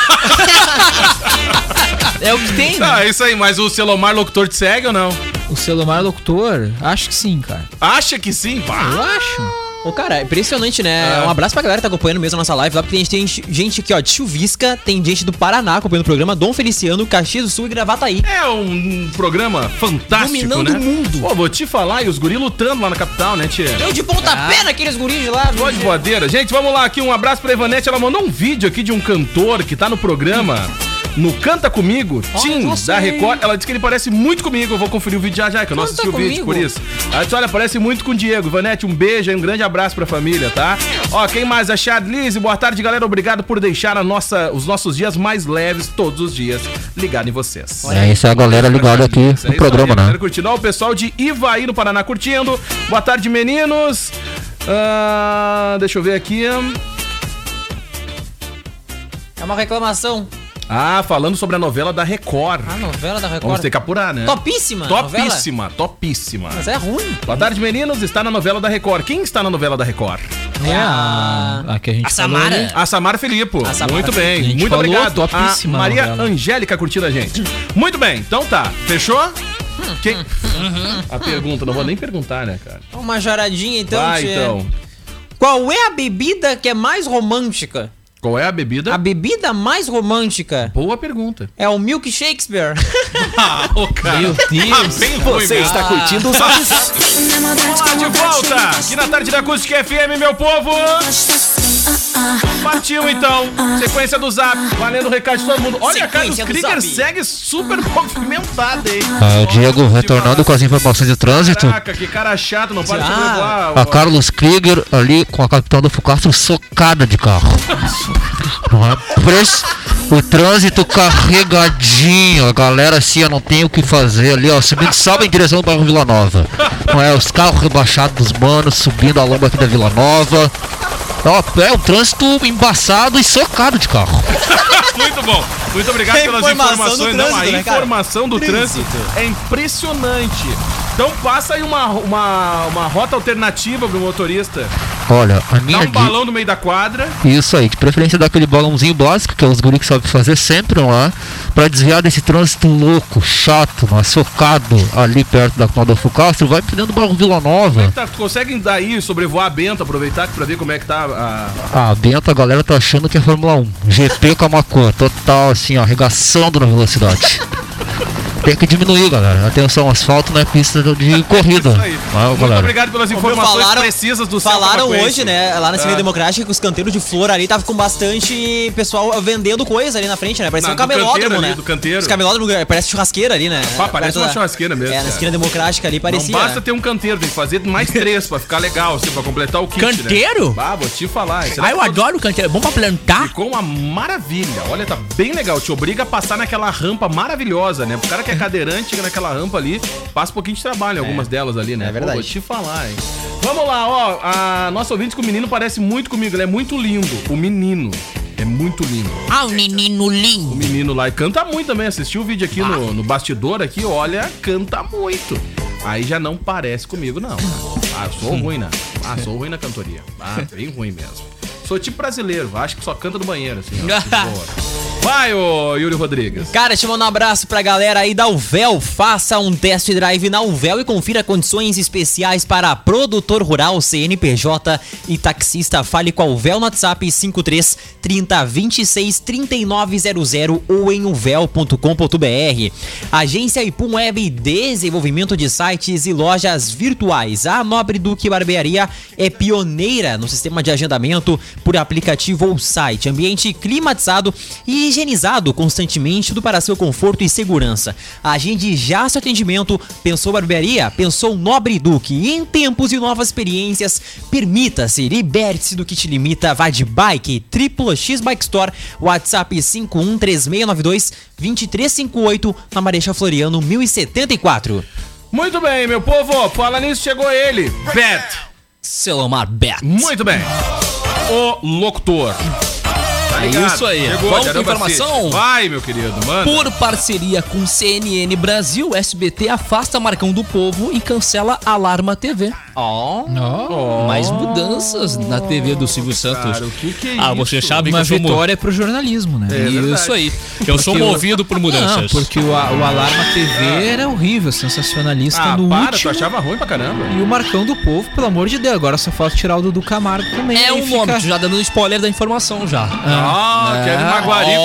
É o que tem, né? Ah, é isso aí. Mas o Selomar Locutor te segue ou não? O Selomar Locutor, acho que sim, cara. Acha que sim? Eu Bah. acho. Ô, cara, é impressionante, né? É. Um abraço pra galera que tá acompanhando mesmo a nossa live lá, porque a gente tem gente aqui, ó, de Chuvisca, tem gente do Paraná acompanhando o programa, Dom Feliciano, Caxias do Sul e Gravataí. É um programa fantástico, Dominando né? o mundo. Pô, vou te falar, e os guris lutando lá na capital, né, tia? Eu de pontapé naqueles guris de lá. Tô de voadeira. Gente, vamos lá aqui, um abraço pra Ivanete. Ela mandou um vídeo aqui de um cantor que tá no programa, no Canta Comigo, Tim, nossa, da hein? Record. Ela disse que ele parece muito comigo. Eu vou conferir o vídeo já já, que eu não Canta assisti o vídeo, Comigo? por isso. Ela disse, olha, parece muito com o Diego. Ivanete, um beijo aí, um grande abraço pra família, tá? Ó, quem mais? A Chadlize, boa tarde, galera. Obrigado por deixar a nossa, os nossos dias mais leves todos os dias ligado em vocês. É isso aí, a galera ligada aqui Isso, é no isso programa, aí, a né? galera curtindo. Ó, o pessoal de Ivaí, no Paraná, curtindo. Boa tarde, meninos. Ah, deixa eu ver aqui. É uma reclamação. Ah, falando sobre a novela da Record. A novela da Vamos Record. ter que apurar, né? Topíssima. novela. Topíssima, topíssima. Mas é ruim. Boa tarde, meninos. Está na novela da Record. Quem está na novela da Record? É a, a que a gente A falou Samara. ali. A Samara Filippo. A Samara Muito A bem. gente Muito falou, obrigado. topíssima A Maria novela. Angélica curtindo a gente. Muito bem. Então tá. Fechou? Quem... Uhum. A pergunta, não vou nem perguntar, né, cara? Uma charadinha então, Vai, tia. então. Qual é a bebida que é mais romântica? Qual é a bebida? A bebida mais romântica Boa pergunta. é o Milk Shakespeare. Ah, ô cara. Meu Deus. Tá bem ruim, Você mesmo. está curtindo os Zap Zap. Vamos lá, de volta aqui na tarde da Acústica F M, meu povo. Partiu então, sequência do Zap, valendo o recado de todo mundo. Olha, a cara dos Sequência do Krieger Zap. segue super movimentada, hein? Ah, o Diego retornando com as informações de trânsito. Caraca, que cara chato, não para de Ah. sobrevoar. A Carlos Krieger ali com a capitã do Fucastro socada de carro. Não é? Preço- O trânsito carregadinho, a galera assim, ó, não tem o que fazer ali, ó, subindo só em direção ao bairro Vila Nova. Não é? Os carros rebaixados dos manos, subindo a lomba aqui da Vila Nova. Ó, é um trânsito embaçado e socado de carro. Muito bom. Muito obrigado A pelas informação informações. do Não, a trânsito, né, cara? informação do trânsito é impressionante. Então passa aí uma, uma, uma rota alternativa pro motorista. Olha, a Dá minha um dica. balão no meio da quadra. Isso aí, de preferência daquele balãozinho básico que é os guri que sabem fazer sempre lá, pra desviar desse trânsito louco, chato, mas socado ali perto da Adolfo Castro, vai dentro do bairro Vila Nova. Tá, tu consegue daí sobrevoar a Bento, aproveitar pra ver como é que tá a. Ah, Bento, a galera tá achando que é Fórmula um. G P Camacuã, total assim, ó, arregaçando na velocidade. Tem que diminuir, galera. Atenção, asfalto não é pista de corrida. Isso aí. Ah, Muito galera. obrigado pelas informações falaram- precisas do céu Falaram camaquense. hoje, né, lá na Avenida Ah. Democrática, que os canteiros de flor ali tava com bastante pessoal vendendo coisa ali na frente, né? Parecia Não, um do canteiro camelódromo, ali, né? do canteiro. Os camelódromos, parece churrasqueira ali, né? Pá, parece Perto uma da- churrasqueira mesmo, É, na cara. esquina democrática ali parecia. Não basta né? ter um canteiro, tem que fazer mais três pra ficar legal, assim, pra completar o kit, Canteiro? né? Ah, vou te falar. Isso Ah, eu é- adoro o canteiro. É bom pra plantar. Ficou uma maravilha. Olha, tá bem legal. Te obriga a passar naquela rampa maravilhosa, né? O cara que é cadeirante chega naquela rampa ali, passa um pouquinho de trabalho em algumas delas ali, né? É verdade. Pô, vou te falar, hein? Vamos lá, ó. A nossa ouvinte com o menino parece muito comigo. Ele é muito lindo. O menino é muito lindo. Ah, o menino O lindo. menino lá. E canta muito também. Assistiu o vídeo aqui no, no bastidor aqui, olha, canta muito. Aí já não parece comigo, não. Ah, eu sou ruim, né? Ah, sou ruim na cantoria. Ah, bem ruim mesmo. Sou tipo brasileiro, acho que só canta no banheiro, assim, ó. de boa. Vai, ô Yuri Rodrigues. Cara, te mando um abraço pra galera aí da Uvel. Faça um test drive na Uvel e confira condições especiais para produtor rural, C N P J e taxista. Fale com a Uvel no WhatsApp cinco três, trinta, vinte e seis, trinta e nove zero zero ou em uvel ponto com ponto br. Agência Ipum Web, desenvolvimento de sites e lojas virtuais. A Nobre Duque Barbearia é pioneira no sistema de agendamento por aplicativo ou site. Ambiente climatizado e higienizado constantemente, tudo para seu conforto e segurança. Agende já seu atendimento. Pensou barbearia? Pensou Nobre Duque. E em tempos de novas experiências, permita-se, liberte-se do que te limita. Vá de bike, Triplo X Bike Store, WhatsApp cinco um três seis nove dois, dois três cinco oito, na Marechal Floriano mil e setenta e quatro. Muito bem, meu povo. Fala nisso, chegou ele. Bet. Selomar Bet. Muito bem. O locutor. Tá É ligado? isso aí. Chegou, Vamos com Jaramba informação? City. Vai, meu querido, manda. Por parceria com C N N Brasil, S B T afasta Marcão do Povo e cancela Alarma T V. Ó, Oh, mais mudanças na T V do Silvio Santos. cara, o que que é ah, isso? você sabe Uma que eu sou mo- vitória pro jornalismo, né? É verdade. Isso aí. Eu sou Porque o- movido por mudanças. Não, porque o, a- o Alarma T V era horrível, sensacionalista Ah, no para, tu último. achava ruim pra caramba. E o Marcão do Povo, pelo amor de Deus, agora só falta tirar o Dudu Camargo também. É aí um fica- nome, tu já dando spoiler da informação já. Ah, quer de Maguarico.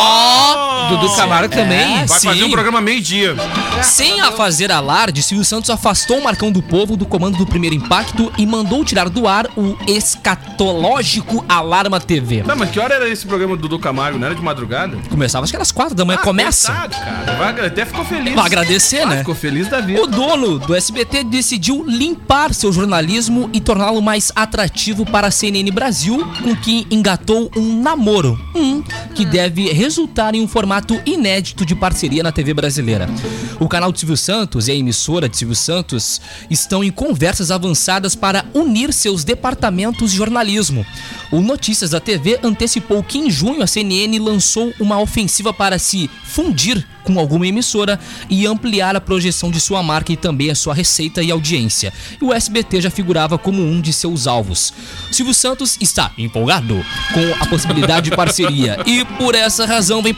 Ó, Dudu Camargo também. Vai sim. fazer um programa meio-dia. Sem a fazer alarde, Silvio Santos afastou o Marcão do Povo do comando do Primeiro Impacto e mandou tirar do ar o escatológico Alarma T V. Tá, mas que hora era esse programa do Dudu Camargo? Não era de madrugada? Começava, acho que era às quatro da manhã. Ah, Começa. coitado, cara. Vai- até ficou feliz. Vai agradecer, Ah, né? Ficou feliz da vida. O dono do S B T decidiu limpar seu jornalismo e torná-lo mais atrativo para a C N N Brasil, com quem engatou um namoro, hum, que deve resultar em um formato inédito de parceria na T V brasileira. O canal de Silvio Santos e a emissora de Silvio Santos estão em conversas avançadas para unir seus departamentos de jornalismo. O Notícias da T V antecipou que em junho a C N N lançou uma ofensiva para se fundir com alguma emissora e ampliar a projeção de sua marca e também a sua receita e audiência. E o S B T já figurava como um de seus alvos. Silvio Santos está empolgado com a possibilidade de parceria e por essa razão vem promovendo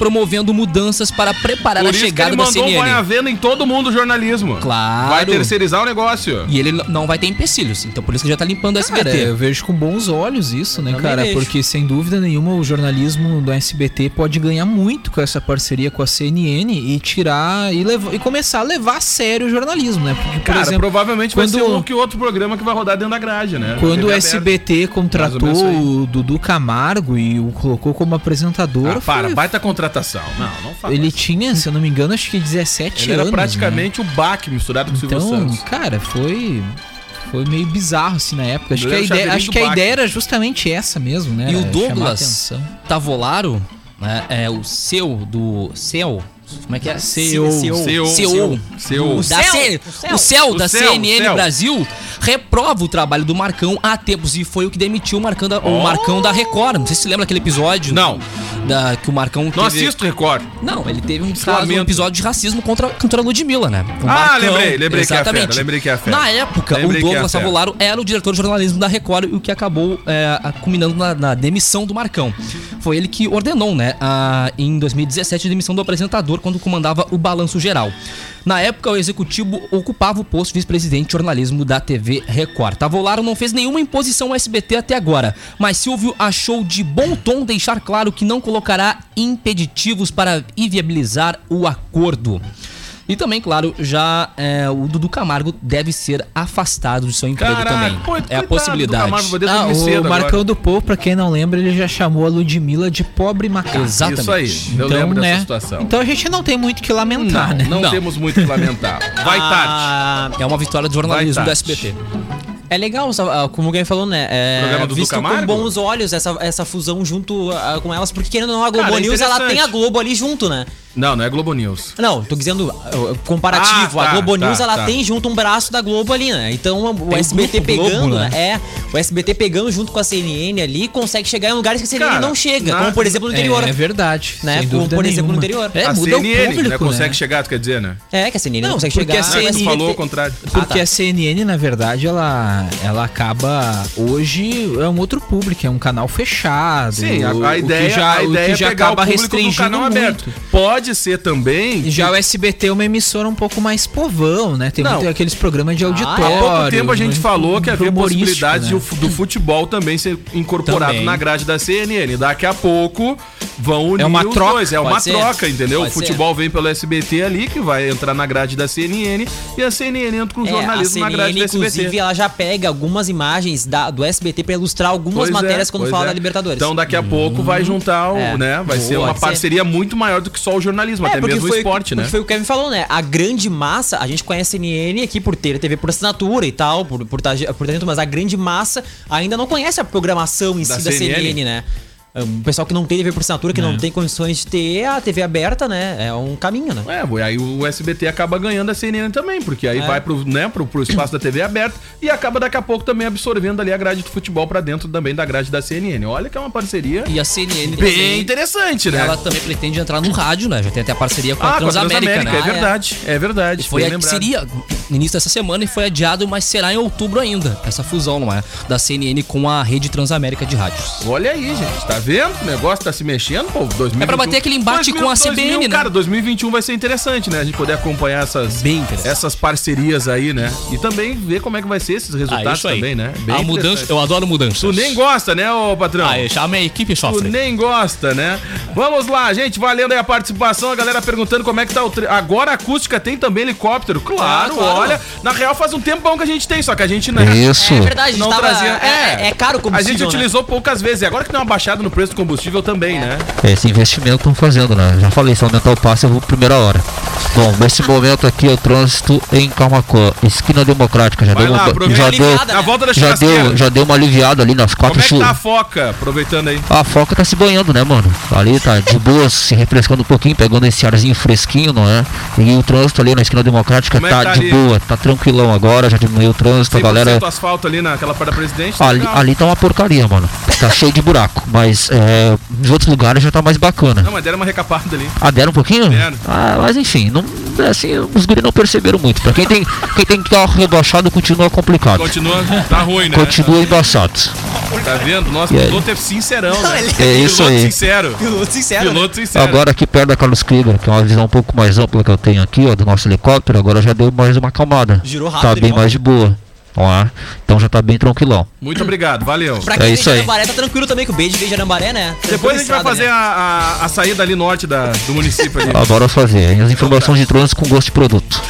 fazendo mudanças para preparar Por a isso chegada que da ele mandou C N N. vai à venda em todo mundo o jornalismo. Claro. Vai terceirizar o negócio. E ele não vai ter empecilhos, então por isso que já tá limpando o S B T. Cara, eu vejo com bons olhos isso, né, Também cara? vejo. Porque sem dúvida nenhuma o jornalismo do S B T pode ganhar muito com essa parceria com a C N N e tirar e, levar, e começar a levar a sério o jornalismo, né? Porque, por Cara, exemplo, provavelmente quando- vai ser um que outro programa que vai rodar dentro da grade, né? quando T V o aberta. S B T contratou Mais ou menos isso aí. o Dudu Camargo e o colocou como apresentador, Ah, para, foi- baita contratação. Não, não fala. ele tinha, se eu não me engano, acho que dezessete Ele anos. era praticamente o Bach misturado com o Silvio Então, Santos. cara, foi foi meio bizarro assim na época. Acho Ele que a era o ideia, chaveirinho acho do que a Bach. ideia era justamente essa mesmo, né? E o Era chamar Douglas atenção. Tavolaro, né, é o seu do céu. Como é que é? C E O. C E O. C E O. C E O. C E O. Da céu. C- O céu. O céu O da céu, C N N o céu. Brasil reprova o trabalho do Marcão há tempos e foi o que demitiu o Marcão da, o Oh. Marcão da Record. Não sei se você lembra aquele episódio. Não. Da, que o Marcão Não teve... assisto Record. Não, ele teve um, caso, um lamento. episódio de racismo contra, contra a Ludmilla, né? O Ah, lembrei, lembrei que é a fera, exatamente. lembrei que é a fera. Na época, Lembrei o que é a Douglas fera. Tavolaro era o diretor de jornalismo da Record, o que acabou é, a- culminando na, na demissão do Marcão. Foi ele que ordenou, né, a, em dois mil e dezessete, a demissão do apresentador quando comandava o Balanço Geral. Na época, o executivo ocupava o posto de vice-presidente de jornalismo da T V Record. Tavolaro não fez nenhuma imposição ao S B T até agora, mas Silvio achou de bom tom deixar claro que não colocará impeditivos para inviabilizar o acordo. E também, claro, já é, o Dudu Camargo deve ser afastado do seu emprego Caraca, também. pô, é a coitado do possibilidade. Camargo, vai Ah, dormir cedo o agora. Marcão do Povo, pra quem não lembra, ele já chamou a Ludmilla de pobre macaco. Exatamente. Isso aí, eu lembro dessa né? situação. Então a gente não tem muito o que lamentar, não, né? não, Não. temos muito o que lamentar. Vai tarde. Ah, É uma vitória do jornalismo Vai do tarde. S B T. é legal, ah, como alguém falou, né? É, Programa do visto Dudu com Camargo? bons olhos essa, essa fusão junto ah, com elas, porque querendo ou não, a Globo Cara, é News, ela interessante. tem a Globo ali junto, né? Não, não é Globo News. Não, tô dizendo ah, comparativo. Ah, tá, a Globo tá, News, ela tá. tem junto um braço da Globo ali, né? Então o Tem S B T o Grupo Globo, pegando, né? né? É, o S B T pegando junto com a C N N ali, consegue chegar em lugares que a C N N Cara, não chega, na- como por exemplo no interior. É, é verdade. né? sem Como, dúvida por exemplo, no nenhuma. interior. É, a muda o C N N, público, né, consegue né? chegar, tu quer dizer, né? É, que a C N N não, Não, consegue porque chegar. a C N N Tu falou o contrário. Porque Ah, tá. a C N N, na verdade, ela, ela acaba. Hoje é um outro público, é um canal fechado. Sim, a, o- a o que ideia, já, a o ideia que é já pegar o acaba público do restringindo canal aberto. muito. Pode ser também... E já o S B T é uma emissora um pouco mais povão, né? Tem Não. muito aqueles programas de auditório. Há pouco tempo a gente muito falou que havia humorístico, possibilidade né? de o fu- do futebol também ser incorporado Também. na grade da C N N. Daqui a pouco vão unir É uma os troca, dois. É pode uma ser. troca, entendeu? Pode o futebol vem pelo S B T ali, que vai entrar na grade da C N N, e a C N N entra com o É, jornalismo a na grade C N N, do S B T. inclusive, ela já pega algumas imagens da, do S B T pra ilustrar algumas Pois é, matérias quando pois fala é. da Libertadores. Então daqui a pouco vai juntar, o, É. né? Vai ser Boa. uma Pode ser. parceria muito maior do que só o jornalismo, É, até porque mesmo o foi, esporte, porque né? foi o que o Kevin falou, né? A grande massa, a gente conhece a C N N aqui por ter T V por assinatura e tal, por, por, tá- por tá dentro, mas a grande massa ainda não conhece a programação em Da si da C N N? C N N, né? O pessoal que não tem T V por assinatura, que não tem condições de ter a T V aberta, né? É um caminho, né? É, boy, aí o S B T acaba ganhando a C N N também, porque aí É. vai pro, né, pro, pro espaço da T V aberta e acaba daqui a pouco também absorvendo ali a grade do futebol pra dentro também da grade da C N N. Olha que é uma parceria E a C N N bem também, interessante, né? ela também pretende entrar no rádio, né? Já tem até a parceria com ah, a com a Transamérica, Transamérica, né? é verdade, é verdade. Foi bem a que lembrado. seria no início dessa semana e foi adiado, mas será em outubro ainda. Essa fusão, não é? Da C N N com a rede Transamérica de rádios. Olha aí, gente, tá vendo? O negócio tá se mexendo, pô. dois mil e vinte e um. É pra bater aquele embate com a C B N, dois mil, né? Cara, dois mil e vinte e um vai ser interessante, né? A gente poder acompanhar essas, Bem interessante. essas parcerias aí, né? E também ver como é que vai ser esses resultados também, né? Bem a mudança, interessante. eu adoro mudanças. Tu nem gosta, né, ô patrão? Ah, eu chamo a equipe Tu sofre. nem gosta, né? Vamos lá, gente, valendo aí a participação, a galera perguntando como é que tá o... Tre... Agora a acústica tem também helicóptero? Claro, Ah, claro. olha, na real faz um tempão que a gente tem, só que a gente não... Isso. É verdade, a gente Não tava, trazia... é, é caro o A combustível, gente né? utilizou poucas vezes, e agora que tem uma baixada no preço do combustível também, né? Esse investimento estão fazendo, né? Já falei, se aumentar o passe eu vou primeira hora. Bom, nesse momento aqui é o trânsito em Camaquã, esquina democrática. Já Vai deu lá, uma, aproveita. já Aliviada, deu, né? Na volta da já churrasqueira. deu, já deu uma aliviada ali nas Como quatro é que chu- tá a foca? Aproveitando aí. A foca tá se banhando, né, mano? Ali tá de boa, se refrescando um pouquinho, pegando esse arzinho fresquinho, não é? E o trânsito ali na esquina democrática Como é que tá, tá de ali? boa, tá tranquilão agora, já diminuiu o trânsito, a cem por galera. cento asfalto ali naquela parte da Presidente. tá Ali, legal. ali tá uma porcaria, mano. Tá cheio de buraco, mas é, nos outros lugares já tá mais bacana. Não, mas deram uma recapada ali. Ah, deram um pouquinho? Deram. Ah, mas enfim, assim, não, assim, os guris não perceberam muito. Pra quem tem, quem tem carro rebaixado, continua complicado. Continua, tá ruim, né? Continua embaçado. Tá vendo? Nosso E aí? piloto é sincerão, né? É isso Piloto aí. sincero. Piloto sincero. Piloto sincero. Agora aqui perto da Carlos Krieger, que é uma visão um pouco mais ampla que eu tenho aqui, ó, do nosso helicóptero, agora já deu mais uma acalmada. Girou rápido, Tá bem helicóptero. mais de boa. Ó, então já tá bem tranquilão. Muito obrigado, valeu. Pra É quem vem isso de aí. Arambaré, tá tranquilo também, que o beijo veio de Arambaré, né? Depois a gente vai Tranquilo fazer estrada, a, a, a saída ali norte da, do município ali. Agora fazer. As informações de trânsito com gosto de produto.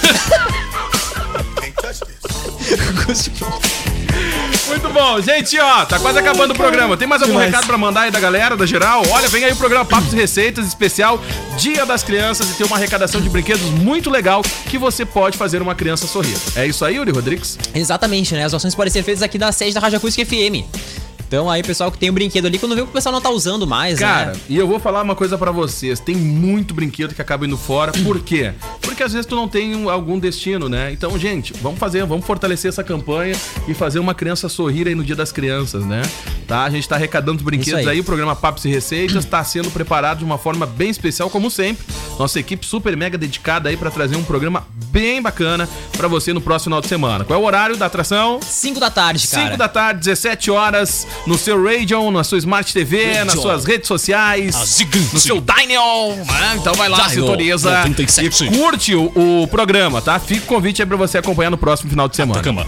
Muito bom, gente, ó, tá quase acabando o programa. Tem mais algum Demais. recado pra mandar aí da galera, da geral? Olha, vem aí o programa Papos e Receitas especial Dia das Crianças e tem uma arrecadação de brinquedos muito legal que você pode fazer uma criança sorrir. É isso aí, Yuri Rodrigues? né? Exatamente, né? As ações podem ser feitas aqui da sede da Rádio Acústica F M. Então aí, pessoal que tem um brinquedo ali, quando vê que o pessoal não tá usando mais, Cara, né? e eu vou falar uma coisa pra vocês. Tem muito brinquedo que acaba indo fora. Por quê? Porque às vezes tu não tem um- algum destino, né? Então, gente, vamos fazer, vamos fortalecer essa campanha e fazer uma criança sorrir aí no Dia das Crianças, né? Tá? A gente tá arrecadando os brinquedos Isso aí. aí. O programa Papos e Receitas tá sendo preparado de uma forma bem especial, como sempre. Nossa equipe super mega dedicada aí pra trazer um programa bem bacana pra você no próximo final de semana. Qual é o horário da atração? cinco da tarde, cara. cinco da tarde, dezessete horas, no seu Radio, na sua Smart T V, nas suas redes sociais, no seu Dynel, né? Então vai lá, Dynel, sintoniza trinta e sete. e curte o, o programa, tá? Fica o convite aí pra você acompanhar no próximo final de semana. Cama.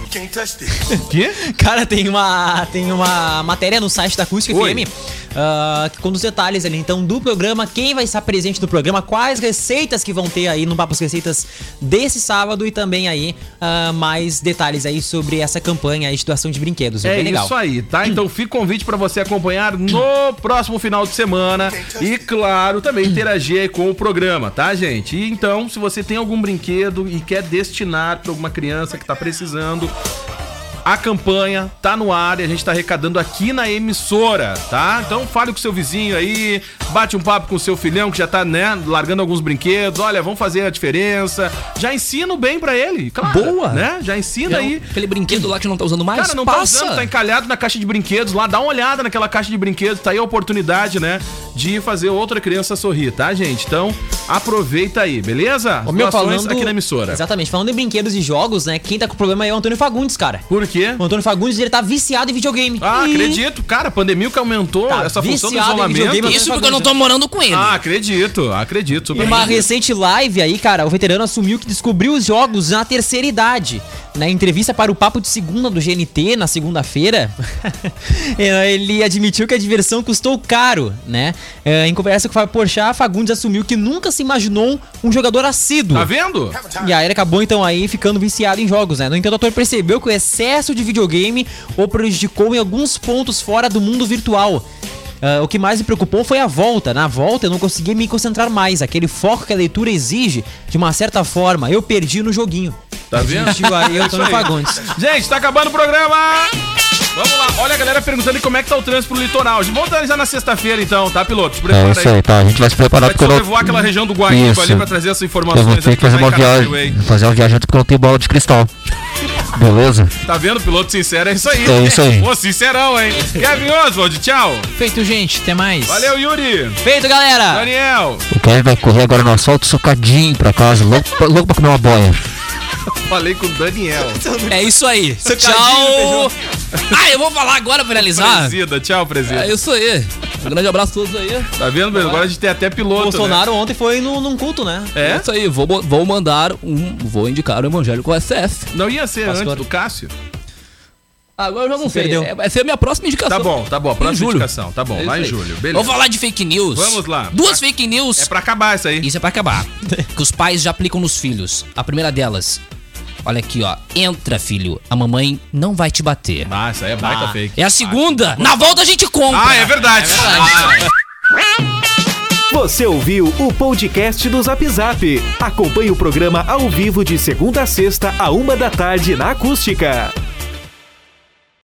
Quê? Cara, tem uma, tem uma matéria no site da Acústica Oi. F M ah, que com os detalhes ali, então, do programa, quem vai estar presente no programa, quais receitas que vão ter aí no Papos Receitas desse sábado e também aí ah, mais detalhes aí sobre essa campanha aí de doação de brinquedos. É É bem legal. isso aí, tá? Então fica o convite pra você acompanhar no próximo final de semana e, claro, também interagir aí com o programa, tá, gente? E então, se você tem algum brinquedo e quer destinar pra alguma criança que tá precisando, a campanha tá no ar e a gente tá arrecadando aqui na emissora, tá? Então fale com o seu vizinho aí, bate um papo com o seu filhão que já tá, né, largando alguns brinquedos. Olha, vamos fazer a diferença. Já ensina o bem pra ele, claro. Boa. Né? Já ensina aí. Aquele brinquedo lá que não tá usando mais, Cara, não tá passa. usando, tá encalhado na caixa de brinquedos lá. Dá uma olhada naquela caixa de brinquedos. Tá aí a oportunidade, né, de fazer outra criança sorrir, tá, gente? Então, aproveita aí, beleza? Ô, meu, Doações falando... aqui na emissora. Exatamente, falando em brinquedos e jogos, né? Quem tá com problema aí é o Antônio Fagundes, cara. Por quê? O Antônio Fagundes, ele tá viciado em videogame. Ah, E- acredito. Cara, a pandemia que aumentou Tá essa função do viciado em isolamento. videogame. Isso porque eu não tô morando com ele. Ah, acredito, acredito. Super Em uma acredito. recente live aí, cara, o veterano assumiu que descobriu os jogos na terceira idade. Na entrevista para o Papo de Segunda do G N T, na segunda-feira, ele admitiu que a diversão custou caro, né? É, Em conversa com o Fábio Porchat, Fagundes assumiu que nunca se imaginou um jogador assíduo. Tá vendo? E aí ele acabou então aí ficando viciado em jogos, né? No entanto, o ator percebeu que o excesso de videogame o prejudicou em alguns pontos fora do mundo virtual. Ah, o que mais me preocupou foi a volta. Na volta eu não conseguia me concentrar mais. Aquele foco que a leitura exige, de uma certa forma, eu perdi no joguinho. Tá vendo? Admitiu aí o É Antônio isso aí. Fagundes. Gente, tá acabando o programa! Vamos lá. Olha a galera perguntando aí como é que tá o trânsito pro litoral. Vamos analisar na sexta-feira então, tá, piloto? Se prepara É isso aí, tá? A gente vai se preparar Vai porque eu não... sobrevoar aquela região do Guaíba Isso. ali pra trazer essas Eu informações. vou ter aí que fazer vai uma encarar o viagem, freeway. fazer uma viagem porque eu não tenho bola de cristal. Beleza? Tá vendo? Piloto sincero é isso aí. É isso aí. Pô, sincerão, hein? Kevin Oswald, tchau. Feito, gente. Até mais. Valeu, Yuri. Feito, galera! Daniel. O Kevin vai correr agora no asfalto socadinho pra casa, louco pra, louco pra comer uma boia. Falei com o Daniel. É isso aí. Tchau. Ah, eu vou falar agora pra finalizar. Presida, tchau, presida. É isso aí. Um grande abraço a todos aí. Tá vendo, Bruno? Agora a gente tem até O piloto, Bolsonaro ontem foi no, num culto, né? né? É É? isso aí. Vou, bo- vou mandar um. Vou indicar o evangélico S F. Não ia ser Pastor. antes do Cássio? Agora eu já não Se sei. perdeu. É, vai ser a minha próxima indicação. Tá bom, tá bom. A Em próxima julho. indicação. Tá bom, É lá em isso aí. julho. Beleza. Vou falar de fake news. Vamos lá. Duas fake news. É pra acabar isso aí. Isso é pra acabar. Que os pais já aplicam nos filhos. A primeira delas. Olha aqui, ó. Entra, filho. A mamãe não vai te bater. Ah, isso aí é baita Ah. fake. É a segunda. Na volta a gente compra. Ah, é verdade. Você ouviu o podcast do Zap Zap. Acompanhe o programa ao vivo de segunda a sexta, a uma da tarde na Acústica.